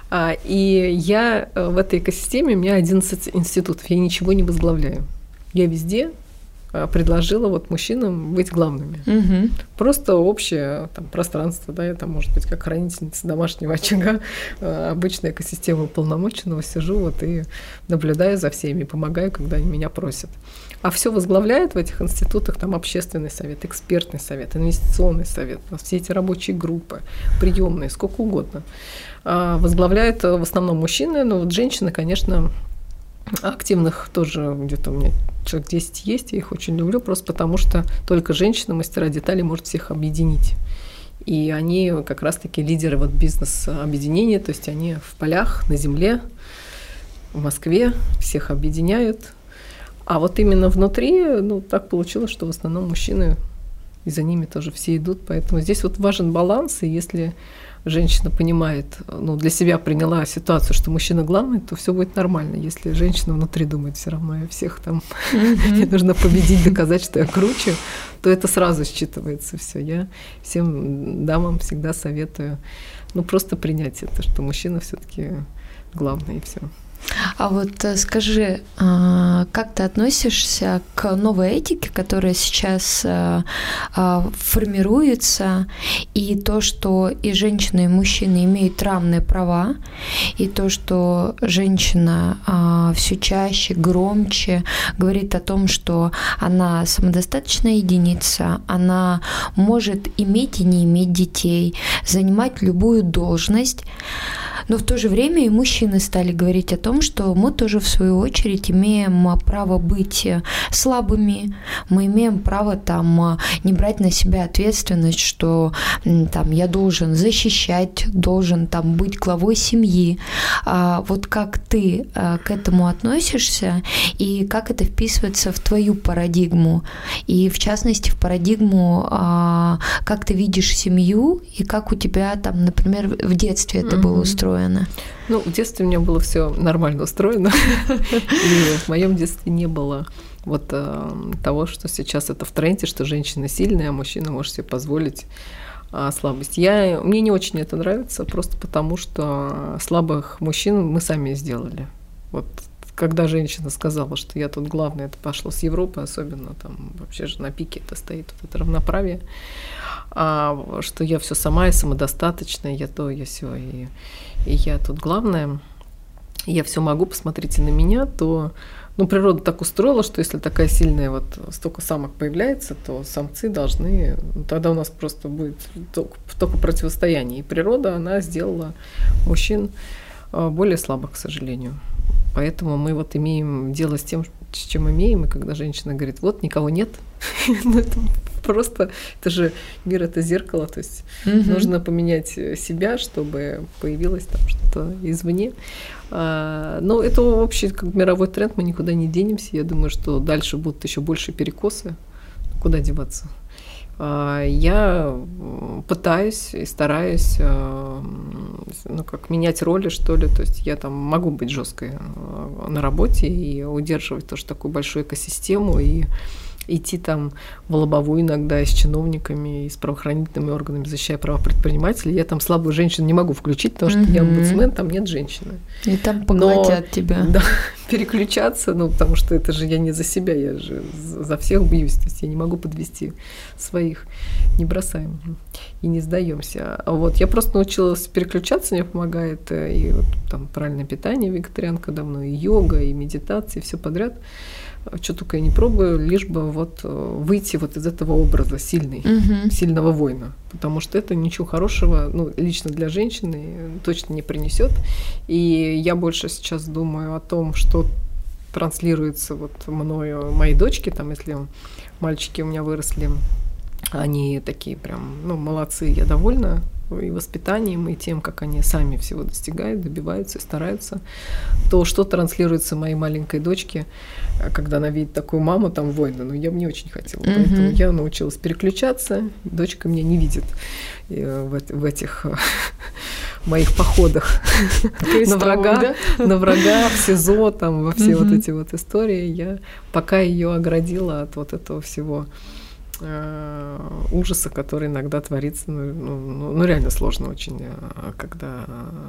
И я в этой экосистеме, у меня 11 институтов, я ничего не возглавляю. Я везде предложила вот мужчинам быть главными. Просто общее там пространство, да, я там, может быть, как хранительница домашнего очага, обычная экосистема уполномоченного, сижу вот и наблюдаю за всеми, помогаю, когда они меня просят. А все возглавляет в этих институтах там общественный совет, экспертный совет, инвестиционный совет, все эти рабочие группы, приемные, сколько угодно. Возглавляют в основном мужчины, но вот женщины, конечно, активных тоже где-то у меня человек 10 есть, я их очень люблю, просто потому что только женщина, мастера деталей, может всех объединить. И они как раз-таки лидеры вот бизнес-объединения, то есть они в полях, на земле, в Москве всех объединяют. А вот именно внутри, ну, так получилось, что в основном мужчины, и за ними тоже все идут, поэтому здесь вот важен баланс, и если женщина понимает, ну, для себя приняла ситуацию, что мужчина главный, то все будет нормально. Если женщина внутри думает, все равно я всех там, мне нужно победить, доказать, что я круче, то это сразу считывается все. Я всем дамам всегда советую, ну, просто принять это, что мужчина все-таки главный, и все. А вот скажи, как ты относишься к новой этике, которая сейчас формируется, и то, что и женщины, и мужчины имеют равные права, и то, что женщина все чаще, громче говорит о том, что она самодостаточная единица, она может иметь и не иметь детей, занимать любую должность. Но в то же время и мужчины стали говорить о том, что мы тоже, в свою очередь, имеем право быть слабыми, мы имеем право там не брать на себя ответственность, что там я должен защищать, должен там быть главой семьи. Вот как ты к этому относишься и как это вписывается в твою парадигму? И в частности, в парадигму, как ты видишь семью и как у тебя там, например, в детстве это было устроено? Ну, в детстве у меня было все нормально устроено. И в моем детстве не было вот того, что сейчас это в тренде, что женщина сильная, а мужчина может себе позволить слабость. Мне не очень это нравится, просто потому что слабых мужчин мы сами сделали. Вот когда женщина сказала, что я тут главная, это пошло с Европы, особенно там вообще же на пике это стоит, вот это равноправие, что я все сама, я самодостаточная, я то, я сё, и я тут главная, я все могу, посмотрите на меня, то природа так устроила, что если такая сильная, вот столько самок появляется, то самцы должны, тогда у нас просто будет только противостояние. И природа, она сделала мужчин более слабых, к сожалению. Поэтому мы вот имеем дело с тем, с чем имеем, и когда женщина говорит, вот, никого нет, это просто, это же мир, это зеркало, то есть нужно поменять себя, чтобы появилось там что-то извне. Но это общий как мировой тренд, мы никуда не денемся, я думаю, что дальше будут еще больше перекосы, куда деваться. Я пытаюсь и стараюсь менять роли, что ли. То есть я там могу быть жесткой на работе и удерживать тоже такую большую экосистему и идти там в лобовую иногда и с чиновниками, и с правоохранительными органами, защищая права предпринимателей. Я там слабую женщину не могу включить, потому что я омбудсмен, там нет женщины. И там поглотят тебя. Да, переключаться, потому что это же я не за себя, я же за всех бьюсь, то есть я не могу подвести своих, не бросаем и не сдаемся. Вот, я просто научилась переключаться, мне помогает и вот, там правильное питание, вегетарианка давно, и йога, и медитация, все подряд. Что только я не пробую, лишь бы вот выйти вот из этого образа сильного воина, потому что это ничего хорошего, лично для женщины точно не принесет. И я больше сейчас думаю о том, что транслируется вот мною, моей дочке, там, если мальчики у меня выросли, они такие прям, молодцы, я довольна и воспитанием, и тем, как они сами всего достигают, добиваются и стараются, то, что транслируется моей маленькой дочке, когда она видит такую маму, там, воина, я бы не очень хотела. Поэтому я научилась переключаться, дочка меня не видит в этих моих походах на врага, в СИЗО, там, во все вот эти вот истории. Я пока ее оградила от вот этого всего ужаса, который иногда творится, реально сложно очень, когда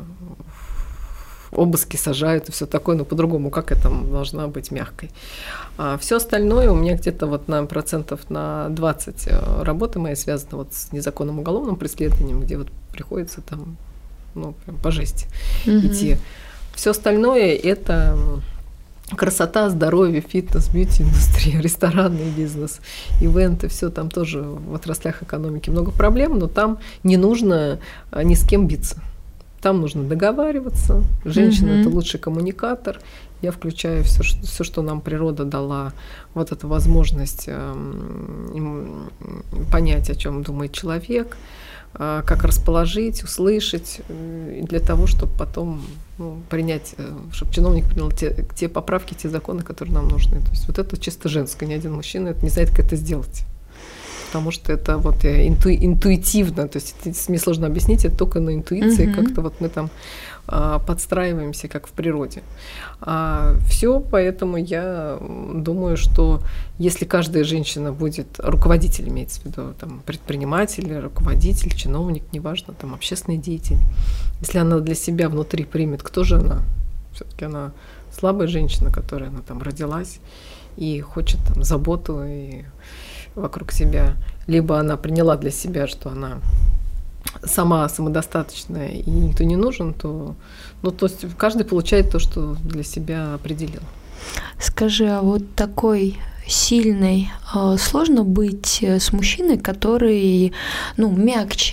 обыски сажают и все такое, но по-другому, как это должна быть мягкой. Все остальное у меня где-то вот на 20% работы моей связана вот с незаконным уголовным преследованием, где вот приходится там, прям по жести идти. Все остальное это красота, здоровье, фитнес, бьюти-индустрия, ресторанный бизнес, ивенты, все там тоже в отраслях экономики много проблем, но там не нужно ни с кем биться. Там нужно договариваться. Женщина – это лучший коммуникатор. Я включаю все, что нам природа дала, вот эту возможность понять, о чем думает человек, как расположить, услышать, для того, чтобы потом принять, чтобы чиновник принял те поправки, те законы, которые нам нужны. То есть вот это чисто женское, ни один мужчина не знает, как это сделать. Потому что это вот интуитивно, то есть мне сложно объяснить, это только на интуиции, как-то вот мы там подстраиваемся, как в природе. Все, поэтому я думаю, что если каждая женщина будет, руководитель имеется в виду, там, предприниматель, руководитель, чиновник, неважно, там, общественный деятель, если она для себя внутри примет, кто же она? Все-таки она слабая женщина, которая она там родилась и хочет там заботу и вокруг себя, либо она приняла для себя, что она сама самодостаточная и никто не нужен, то есть каждый получает то, что для себя определил. Скажи, а вот такой сильной сложно быть с мужчиной, который, мягче,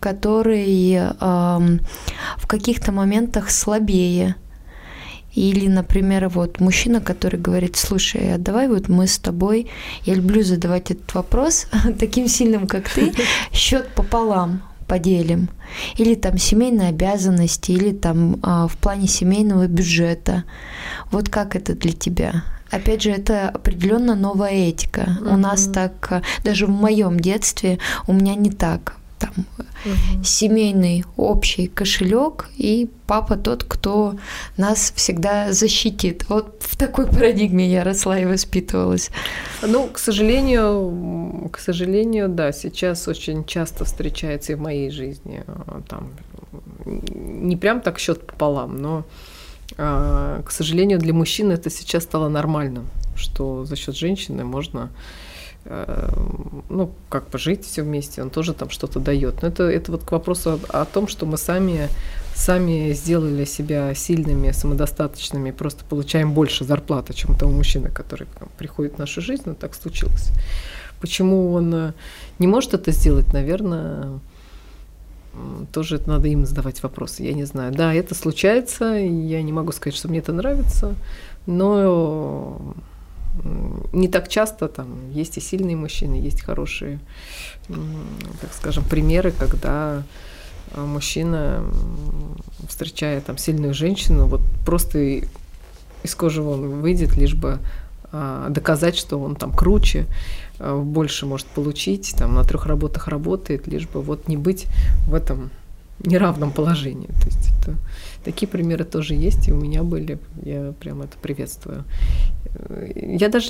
который в каких-то моментах слабее. Или, например, вот мужчина, который говорит: слушай, а давай вот мы с тобой, я люблю задавать этот вопрос таким сильным, как ты, счет пополам поделим. Или там семейные обязанности, или там в плане семейного бюджета. Вот как это для тебя? Опять же, это определенно новая этика. У нас так, даже в моем детстве у меня не так. Там семейный общий кошелек, и папа тот, кто нас всегда защитит. Вот в такой парадигме я росла и воспитывалась. Ну, к сожалению, да, сейчас очень часто встречается и в моей жизни. Там, не прям так счет пополам, но, к сожалению, для мужчин это сейчас стало нормальным, что за счет женщины можно как бы жить все вместе, он тоже там что-то дает. Но это вот к вопросу о том, что мы сами сделали себя сильными, самодостаточными, просто получаем больше зарплаты, чем у того мужчины, который приходит в нашу жизнь, но так случилось. Почему он не может это сделать, наверное, тоже это надо им задавать вопросы, я не знаю. Да, это случается, я не могу сказать, что мне это нравится, но не так часто там есть и сильные мужчины, есть хорошие, так скажем, примеры, когда мужчина, встречая там сильную женщину, вот просто из кожи вон выйдет, лишь бы доказать, что он там круче, больше может получить, там на 3 работах работает, лишь бы вот не быть в этом неравном положении. То есть такие примеры тоже есть, и у меня были, я прям это приветствую. Я даже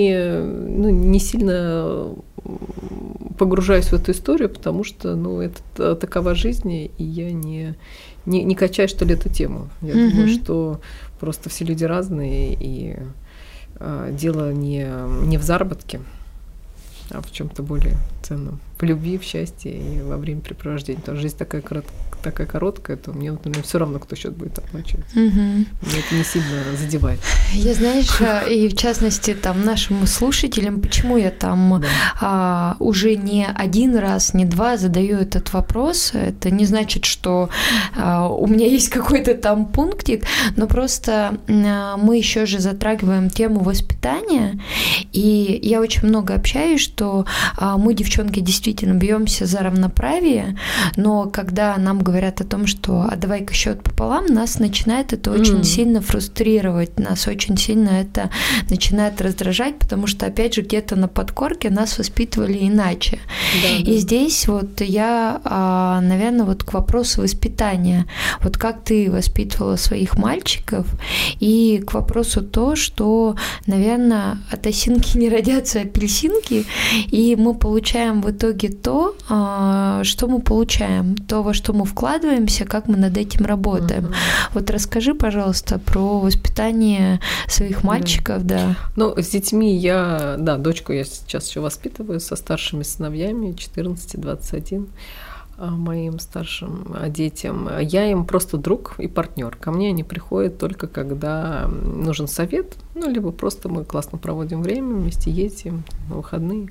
не сильно погружаюсь в эту историю, потому что это такова жизнь, и я не качаю, что ли, эту тему. Я думаю, что просто все люди разные, и дело не в заработке, а в чем-то более ценном. В любви, в счастье и во времяпрепровождении. Потому что жизнь такая короткая, то мне, например, все равно, кто счет будет оплачивать. Меня это не сильно задевает. Я, знаешь, и в частности там нашим слушателям, почему я там уже не один раз, не два задаю этот вопрос, это не значит, что у меня есть какой-то там пунктик, но просто мы еще же затрагиваем тему воспитания, и я очень много общаюсь, что мы, девчонки, действительно бьемся за равноправие, но когда нам говорят о том, что «а давай-ка счет пополам», нас начинает это очень сильно фрустрировать, нас очень сильно это начинает раздражать, потому что, опять же, где-то на подкорке нас воспитывали иначе. И здесь вот я, наверное, вот к вопросу воспитания, вот как ты воспитывала своих мальчиков, и к вопросу то, что, наверное, от осинки не родятся апельсинки, и мы получаем в итоге то, что мы получаем, то, во что мы вкладываемся, как мы над этим работаем. Вот расскажи, пожалуйста, про воспитание своих мальчиков, да. Ну, с детьми дочку я сейчас еще воспитываю со старшими сыновьями, 14, 21, моим старшим детям. Я им просто друг и партнер. Ко мне они приходят только когда нужен совет, либо просто мы классно проводим время, вместе ездим на выходные.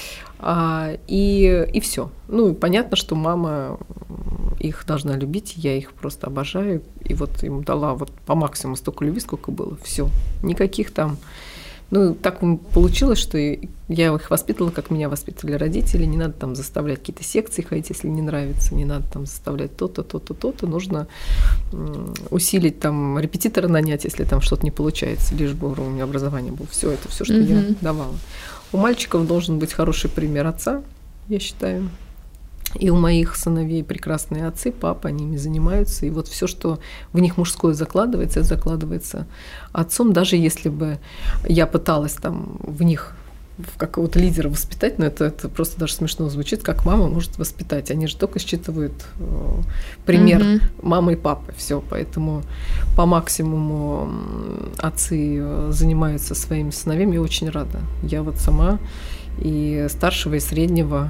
И все. Понятно, что мама их должна любить, я их просто обожаю. И вот им дала вот по максимуму столько любви, сколько было. Все. Никаких там... так получилось, что я их воспитывала, как меня воспитывали родители. Не надо там заставлять какие-то секции ходить, если не нравится. Не надо там заставлять то-то, то-то, то-то. Нужно усилить там репетитора нанять, если там что-то не получается, лишь бы уровень образования был. Все это, все, что я давала. У мальчиков должен быть хороший пример отца, я считаю. И у моих сыновей прекрасные отцы, папа, они ими занимаются. И вот все, что в них мужское закладывается, это закладывается отцом. Даже если бы я пыталась там в них какого-то лидера воспитать, но это просто даже смешно звучит, как мама может воспитать. Они же только считывают пример мамы и папы. Все, поэтому по максимуму отцы занимаются своими сыновьями. Я очень рада. Я вот сама и старшего, и среднего,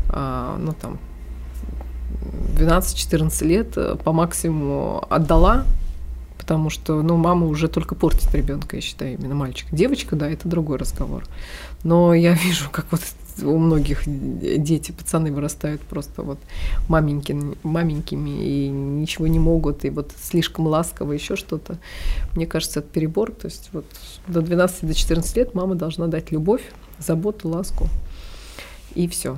12-14 лет по максимуму отдала, потому что, мама уже только портит ребенка, я считаю, именно мальчик. Девочка, да, это другой разговор. Но я вижу, как вот у многих дети, пацаны вырастают просто вот маменькими и ничего не могут, и вот слишком ласково, еще что-то. Мне кажется, это перебор. То есть вот до 12-14 лет мама должна дать любовь, заботу, ласку, и все.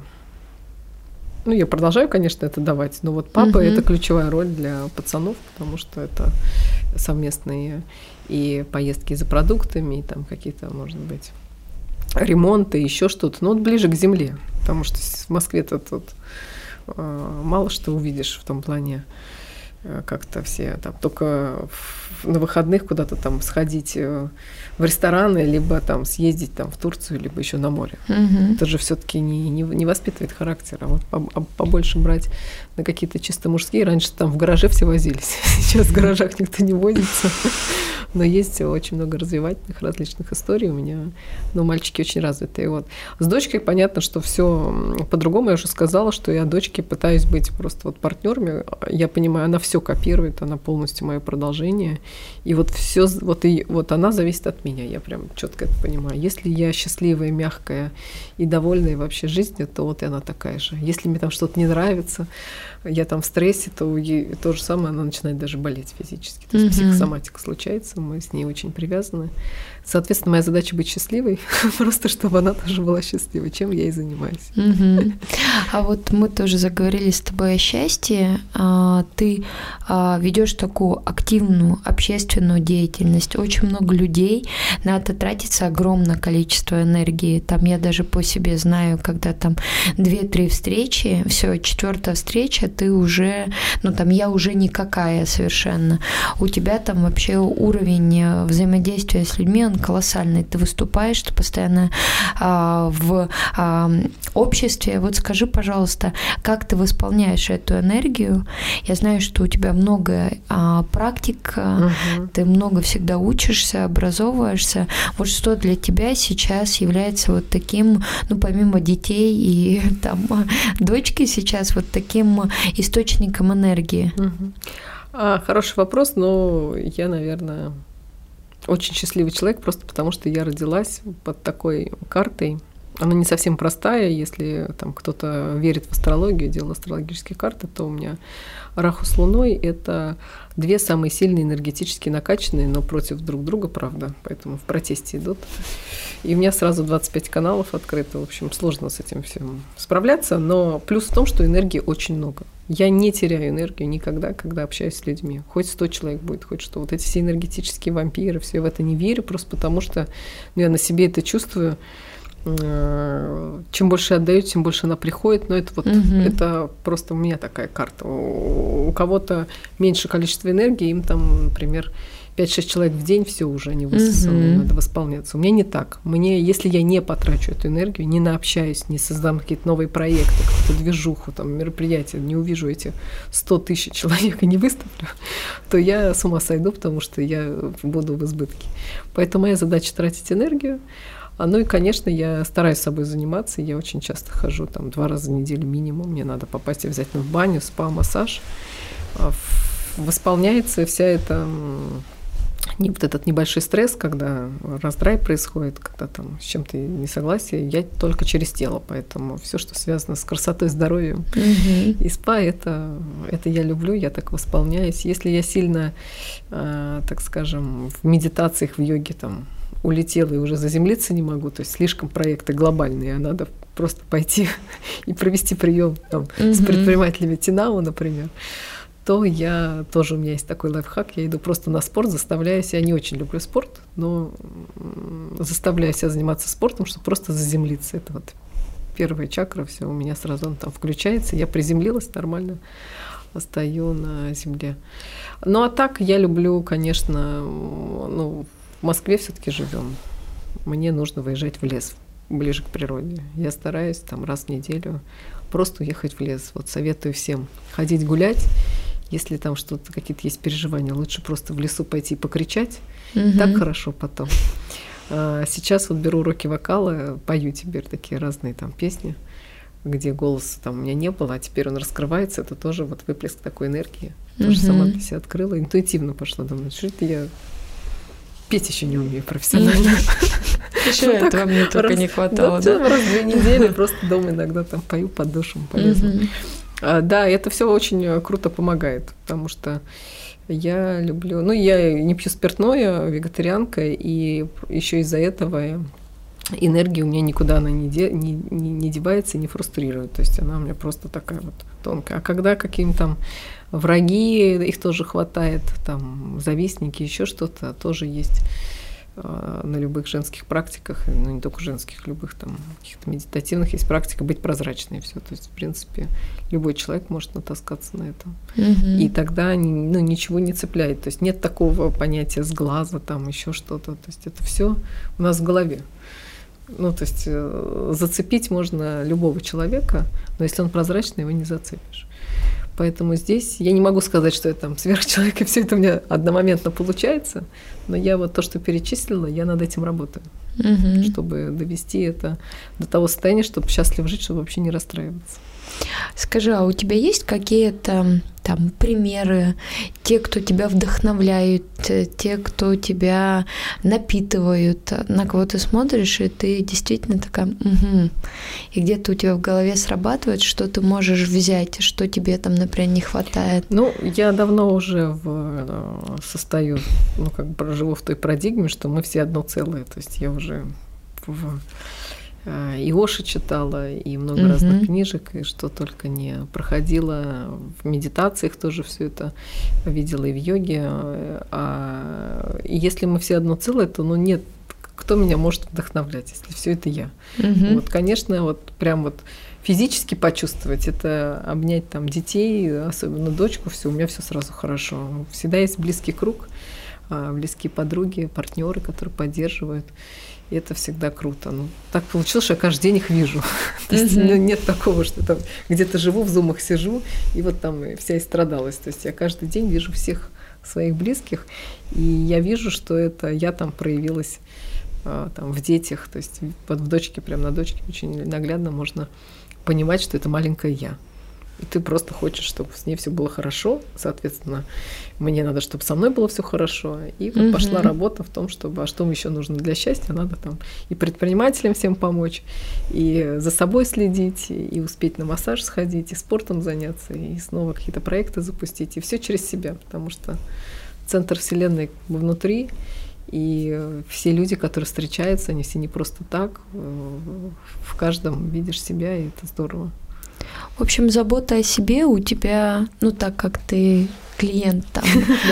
Ну, я продолжаю, конечно, это давать, но вот папа это ключевая роль для пацанов, потому что это совместные и поездки за продуктами, и там какие-то, может быть, ремонты, еще что-то. Но вот ближе к земле, потому что в Москве-то тут мало что увидишь в том плане, как-то все там только на выходных куда-то там сходить в рестораны, либо там съездить там в Турцию, либо еще на море. Это же все-таки не воспитывает характер, а вот побольше брать на какие-то чисто мужские. Раньше там в гараже все возились, сейчас в гаражах никто не возится. Но есть очень много развивательных различных историй у меня. Но мальчики очень развитые. Вот. С дочкой понятно, что все по-другому. Я уже сказала, что я дочке пытаюсь быть просто вот партнерами. Я понимаю, она все копирует, она полностью мое продолжение. И вот все, вот она зависит от меня. Я прям четко это понимаю. Если я счастливая, мягкая и довольная вообще жизнью, то вот и она такая же. Если мне там что-то не нравится, я там в стрессе, то то же самое, она начинает даже болеть физически. То есть психосоматика случается, мы с ней очень привязаны. Соответственно, моя задача быть счастливой, просто чтобы она тоже была счастливой, чем я и занимаюсь. А вот мы тоже заговорили с тобой о счастье. Ты ведешь такую активную общественную деятельность. Очень много людей, на это тратится огромное количество энергии. Там я даже по себе знаю, когда там 2-3 встречи, все, 4-я встреча, ты уже, ну там я уже никакая совершенно. У тебя там вообще уровень взаимодействия с людьми, он колоссальный. Ты выступаешь, ты постоянно в обществе. Вот скажи, пожалуйста, как ты восполняешь эту энергию? Я знаю, что у тебя много практик, ты много всегда учишься, образовываешься. Вот что для тебя сейчас является вот таким, ну помимо детей и там дочки сейчас, вот таким источником энергии? Хороший вопрос, но я, наверное, очень счастливый человек, просто потому что я родилась под такой картой. Она не совсем простая, если там кто-то верит в астрологию, делал астрологические карты, то у меня Раху с Луной — это две самые сильные, энергетически накачанные, но против друг друга, правда, поэтому в протесте идут. И у меня сразу 25 каналов открыто, в общем, сложно с этим всем справляться, но плюс в том, что энергии очень много. Я не теряю энергию никогда, когда общаюсь с людьми. Хоть 100 человек будет, хоть что. Вот эти все энергетические вампиры, все я в это не верю, просто потому что я на себе это чувствую. Чем больше я отдаю, тем больше она приходит. Но это вот это просто у меня такая карта. У кого-то меньше количество энергии, им там, например, 5-6 человек в день, все уже не высосано, надо восполняться. У меня не так. Мне, если я не потрачу эту энергию, не наобщаюсь, не создам какие-то новые проекты, какую-то движуху, там, мероприятия, не увижу эти 100 тысяч человек и не выставлю, то я с ума сойду, потому что я буду в избытке. Поэтому моя задача — тратить энергию. Ну и, конечно, я стараюсь собой заниматься. Я очень часто хожу, там, 2 раза в неделю минимум. Мне надо попасть обязательно в баню, спа, массаж. Восполняется вся эта... вот этот небольшой стресс, когда раздрай происходит, когда там с чем-то несогласие, я только через тело, поэтому все, что связано с красотой, здоровьем и спа, это я люблю, я так восполняюсь. Если я сильно, так скажем, в медитациях, в йоге там улетела и уже заземлиться не могу, то есть слишком проекты глобальные, а надо просто пойти и провести прием с предпринимателями Тинау, например, то я тоже, у меня есть такой лайфхак, я иду просто на спорт, заставляю себя, я не очень люблю спорт, но заставляю себя заниматься спортом, чтобы просто заземлиться. Это вот первая чакра, все у меня сразу он там включается, я приземлилась нормально, стою на земле. Ну а так я люблю, конечно, ну, в Москве все-таки живем, мне нужно выезжать в лес, ближе к природе. Я стараюсь там раз в неделю просто уехать в лес. Вот советую всем ходить гулять. Если там что-то, какие-то есть переживания, лучше просто в лесу пойти покричать. Так хорошо потом. Сейчас вот беру уроки вокала, пою теперь такие разные там песни, где голоса там у меня не было, а теперь он раскрывается. Это тоже вот выплеск такой энергии. Тоже сама для себя открыла. Интуитивно пошла. Думаю, что это я петь еще не умею профессионально. Еще этого мне только не хватало. Да, раз в 2 недели просто дома иногда там пою под душем, полезно. Да, это все очень круто помогает, потому что я люблю... Ну, я не пью спиртное, вегетарианка, и еще из-за этого энергия у меня никуда она не девается и не фрустрирует. То есть она у меня просто такая вот тонкая. А когда какие-то там враги, их тоже хватает, там завистники, еще что-то тоже есть на любых женских практиках, ну не только женских, любых там каких-то медитативных есть практика быть прозрачной и все. То есть, в принципе, любой человек может натаскаться на это. И тогда ничего не цепляет. То есть нет такого понятия с глаза, там еще что-то. То есть это все у нас в голове. Ну, то есть зацепить можно любого человека, но если он прозрачный, его не зацепишь. Поэтому здесь я не могу сказать, что я там сверхчеловек, и все это у меня одномоментно получается, но я вот то, что перечислила, я над этим работаю, чтобы довести это до того состояния, чтобы счастливо жить, чтобы вообще не расстраиваться. Скажи, а у тебя есть какие-то там примеры, те, кто тебя вдохновляют, те, кто тебя напитывают, на кого ты смотришь, и ты действительно такая, и где-то у тебя в голове срабатывает, что ты можешь взять, что тебе там, например, не хватает? Ну, я давно уже состою, живу в той парадигме, что мы все одно целое, то есть я уже и Оши читала, и много разных книжек, и что только не проходила в медитациях, тоже все это видела и в йоге. И если мы все одно целое, то нет, кто меня может вдохновлять, если все это я. Вот, конечно, вот прям вот физически почувствовать, это обнять там детей, особенно дочку, все, у меня все сразу хорошо. Всегда есть близкий круг, близкие подруги, партнеры, которые поддерживают. И это всегда круто. Ну, так получилось, что я каждый день их вижу. То есть нет такого, что там где-то живу, в зумах сижу, и вот там вся истрадалась. То есть я каждый день вижу всех своих близких, и я вижу, что это я там проявилась там, в детях. То есть в дочке, прямо на дочке очень наглядно можно понимать, что это маленькая я. И ты просто хочешь, чтобы с ней все было хорошо, соответственно, мне надо, чтобы со мной было все хорошо. И вот пошла работа в том, чтобы, а что еще нужно для счастья, надо там и предпринимателям всем помочь, и за собой следить, и успеть на массаж сходить, и спортом заняться, и снова какие-то проекты запустить, и все через себя, потому что центр Вселенной внутри, и все люди, которые встречаются, они все не просто так, в каждом видишь себя, и это здорово. В общем, забота о себе у тебя, ну так как ты клиент там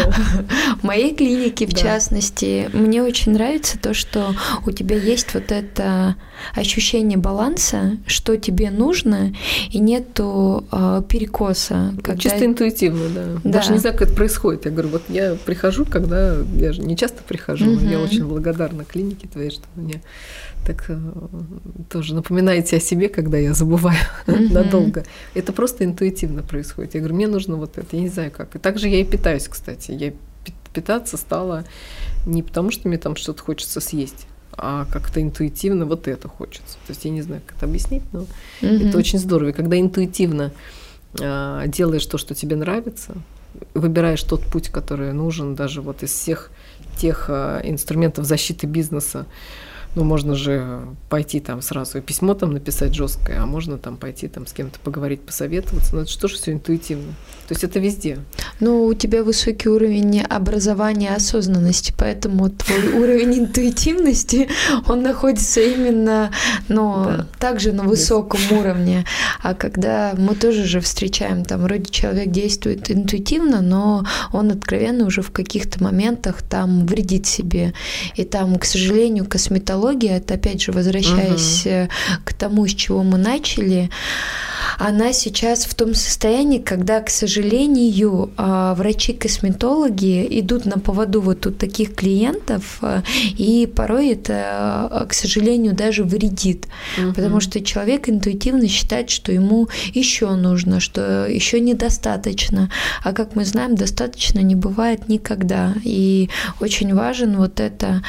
моей клиники, в частности, мне очень нравится то, что у тебя есть вот это ощущение баланса, что тебе нужно, и нету перекоса. Чисто интуитивно, да. Даже не знаю, как это происходит. Я говорю, вот я прихожу, когда... Я же не часто прихожу, я очень благодарна клинике твоей, что мне так тоже напоминаете о себе, когда я забываю надолго. Это просто интуитивно происходит. Я говорю, мне нужно вот это, я не знаю как. И также я и питаюсь, кстати. Я питаться стала не потому, что мне там что-то хочется съесть, а как-то интуитивно вот это хочется. То есть я не знаю, как это объяснить, но это очень здорово. И когда интуитивно делаешь то, что тебе нравится, выбираешь тот путь, который нужен даже вот из всех тех инструментов защиты бизнеса, ну, можно же пойти там сразу и письмо там написать жесткое, а можно там пойти там с кем-то поговорить, посоветоваться. Но это же тоже все интуитивно. То есть это везде. Ну, у тебя высокий уровень образования и осознанности, поэтому твой уровень интуитивности, он находится именно, также на высоком уровне. А когда мы тоже же встречаем, там, вроде человек действует интуитивно, но он откровенно уже в каких-то моментах там вредит себе. И там, к сожалению, косметология, это опять же возвращаясь к тому, с чего мы начали, она сейчас в том состоянии, когда, к сожалению, врачи-косметологи идут на поводу вот у таких клиентов, и порой это, к сожалению, даже вредит, потому что человек интуитивно считает, что ему еще нужно, что еще недостаточно, а как мы знаем, достаточно не бывает никогда, и очень важен вот это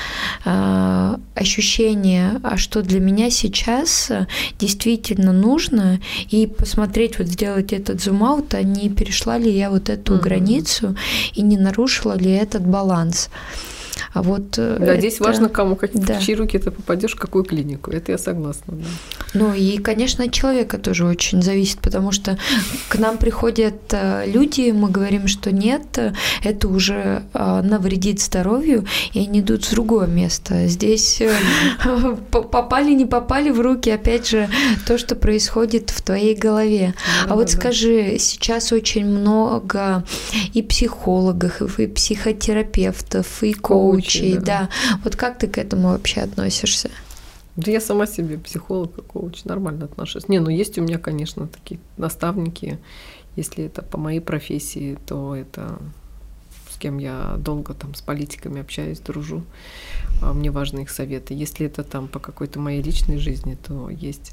ощущение, а что для меня сейчас действительно нужно, и посмотреть, вот сделать этот зум-аут, а не перешла ли я вот эту границу и не нарушила ли этот баланс. А вот да, здесь важно, да. в чьи руки ты попадешь, в какую клинику. Это я согласна. Да. Ну и, конечно, от человека тоже очень зависит, потому что к нам приходят люди, мы говорим, что нет, это уже навредит здоровью, и они идут в другое место. Здесь попали, не попали в руки, опять же, то, что происходит в твоей голове. А вот скажи, сейчас очень много и психологов, и психотерапевтов, и коучей, да. Вот как ты к этому вообще относишься? Да я сама себе психолог и коуч, нормально отношусь. Не, ну есть у меня, конечно, такие наставники. Если это по моей профессии, то это с кем я долго там с политиками общаюсь, дружу. Мне важны их советы. Если это там по какой-то моей личной жизни, то есть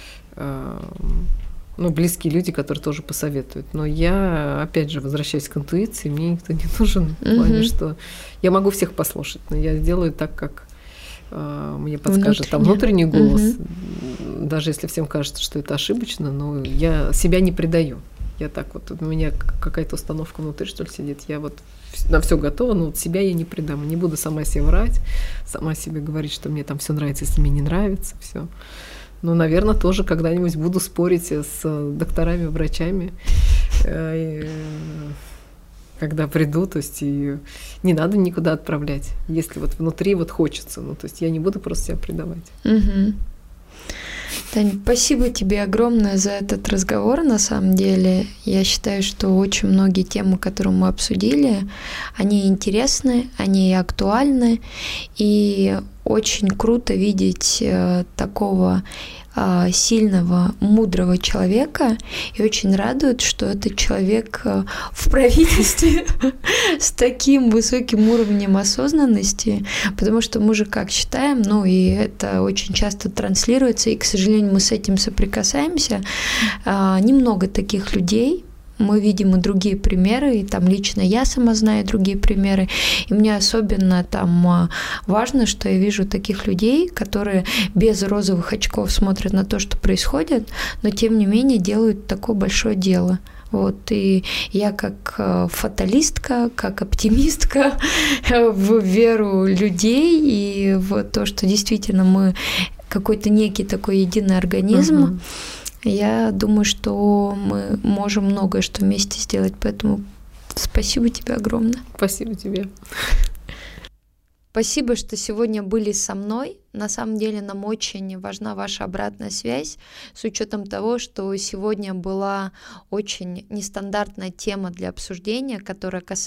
близкие люди, которые тоже посоветуют. Но я, опять же, возвращаюсь к интуиции, мне никто не нужен в плане, что я могу всех послушать, но я сделаю так, как мне подскажет там внутренний голос. Даже если всем кажется, что это ошибочно, но я себя не предаю. Я так вот, у меня какая-то установка внутри, что ли, сидит. Я вот на все готова, но вот себя я не предам. Не буду сама себе врать, сама себе говорить, что мне там все нравится, если мне не нравится, все. Ну, наверное, тоже когда-нибудь буду спорить с докторами, врачами, когда приду, то есть и не надо никуда отправлять, если вот внутри вот хочется, ну, то есть я не буду просто себя предавать. Тань, спасибо тебе огромное за этот разговор, на самом деле. Я считаю, что очень многие темы, которые мы обсудили, они интересны, они актуальны, и очень круто видеть такого сильного, мудрого человека, и очень радует, что этот человек в правительстве с таким высоким уровнем осознанности, потому что мы же как считаем, ну и это очень часто транслируется, и, к сожалению, мы с этим соприкасаемся, немного таких людей. Мы видим и другие примеры, и там лично я сама знаю другие примеры. И мне особенно там важно, что я вижу таких людей, которые без розовых очков смотрят на то, что происходит, но тем не менее делают такое большое дело. Вот, и я как фаталистка, как оптимистка в веру людей и в то, что действительно мы какой-то некий такой единый организм, я думаю, что мы можем многое что вместе сделать, поэтому спасибо тебе огромное. Спасибо тебе. Спасибо, что сегодня были со мной. На самом деле нам очень важна ваша обратная связь, с учетом того, что сегодня была очень нестандартная тема для обсуждения, которая касается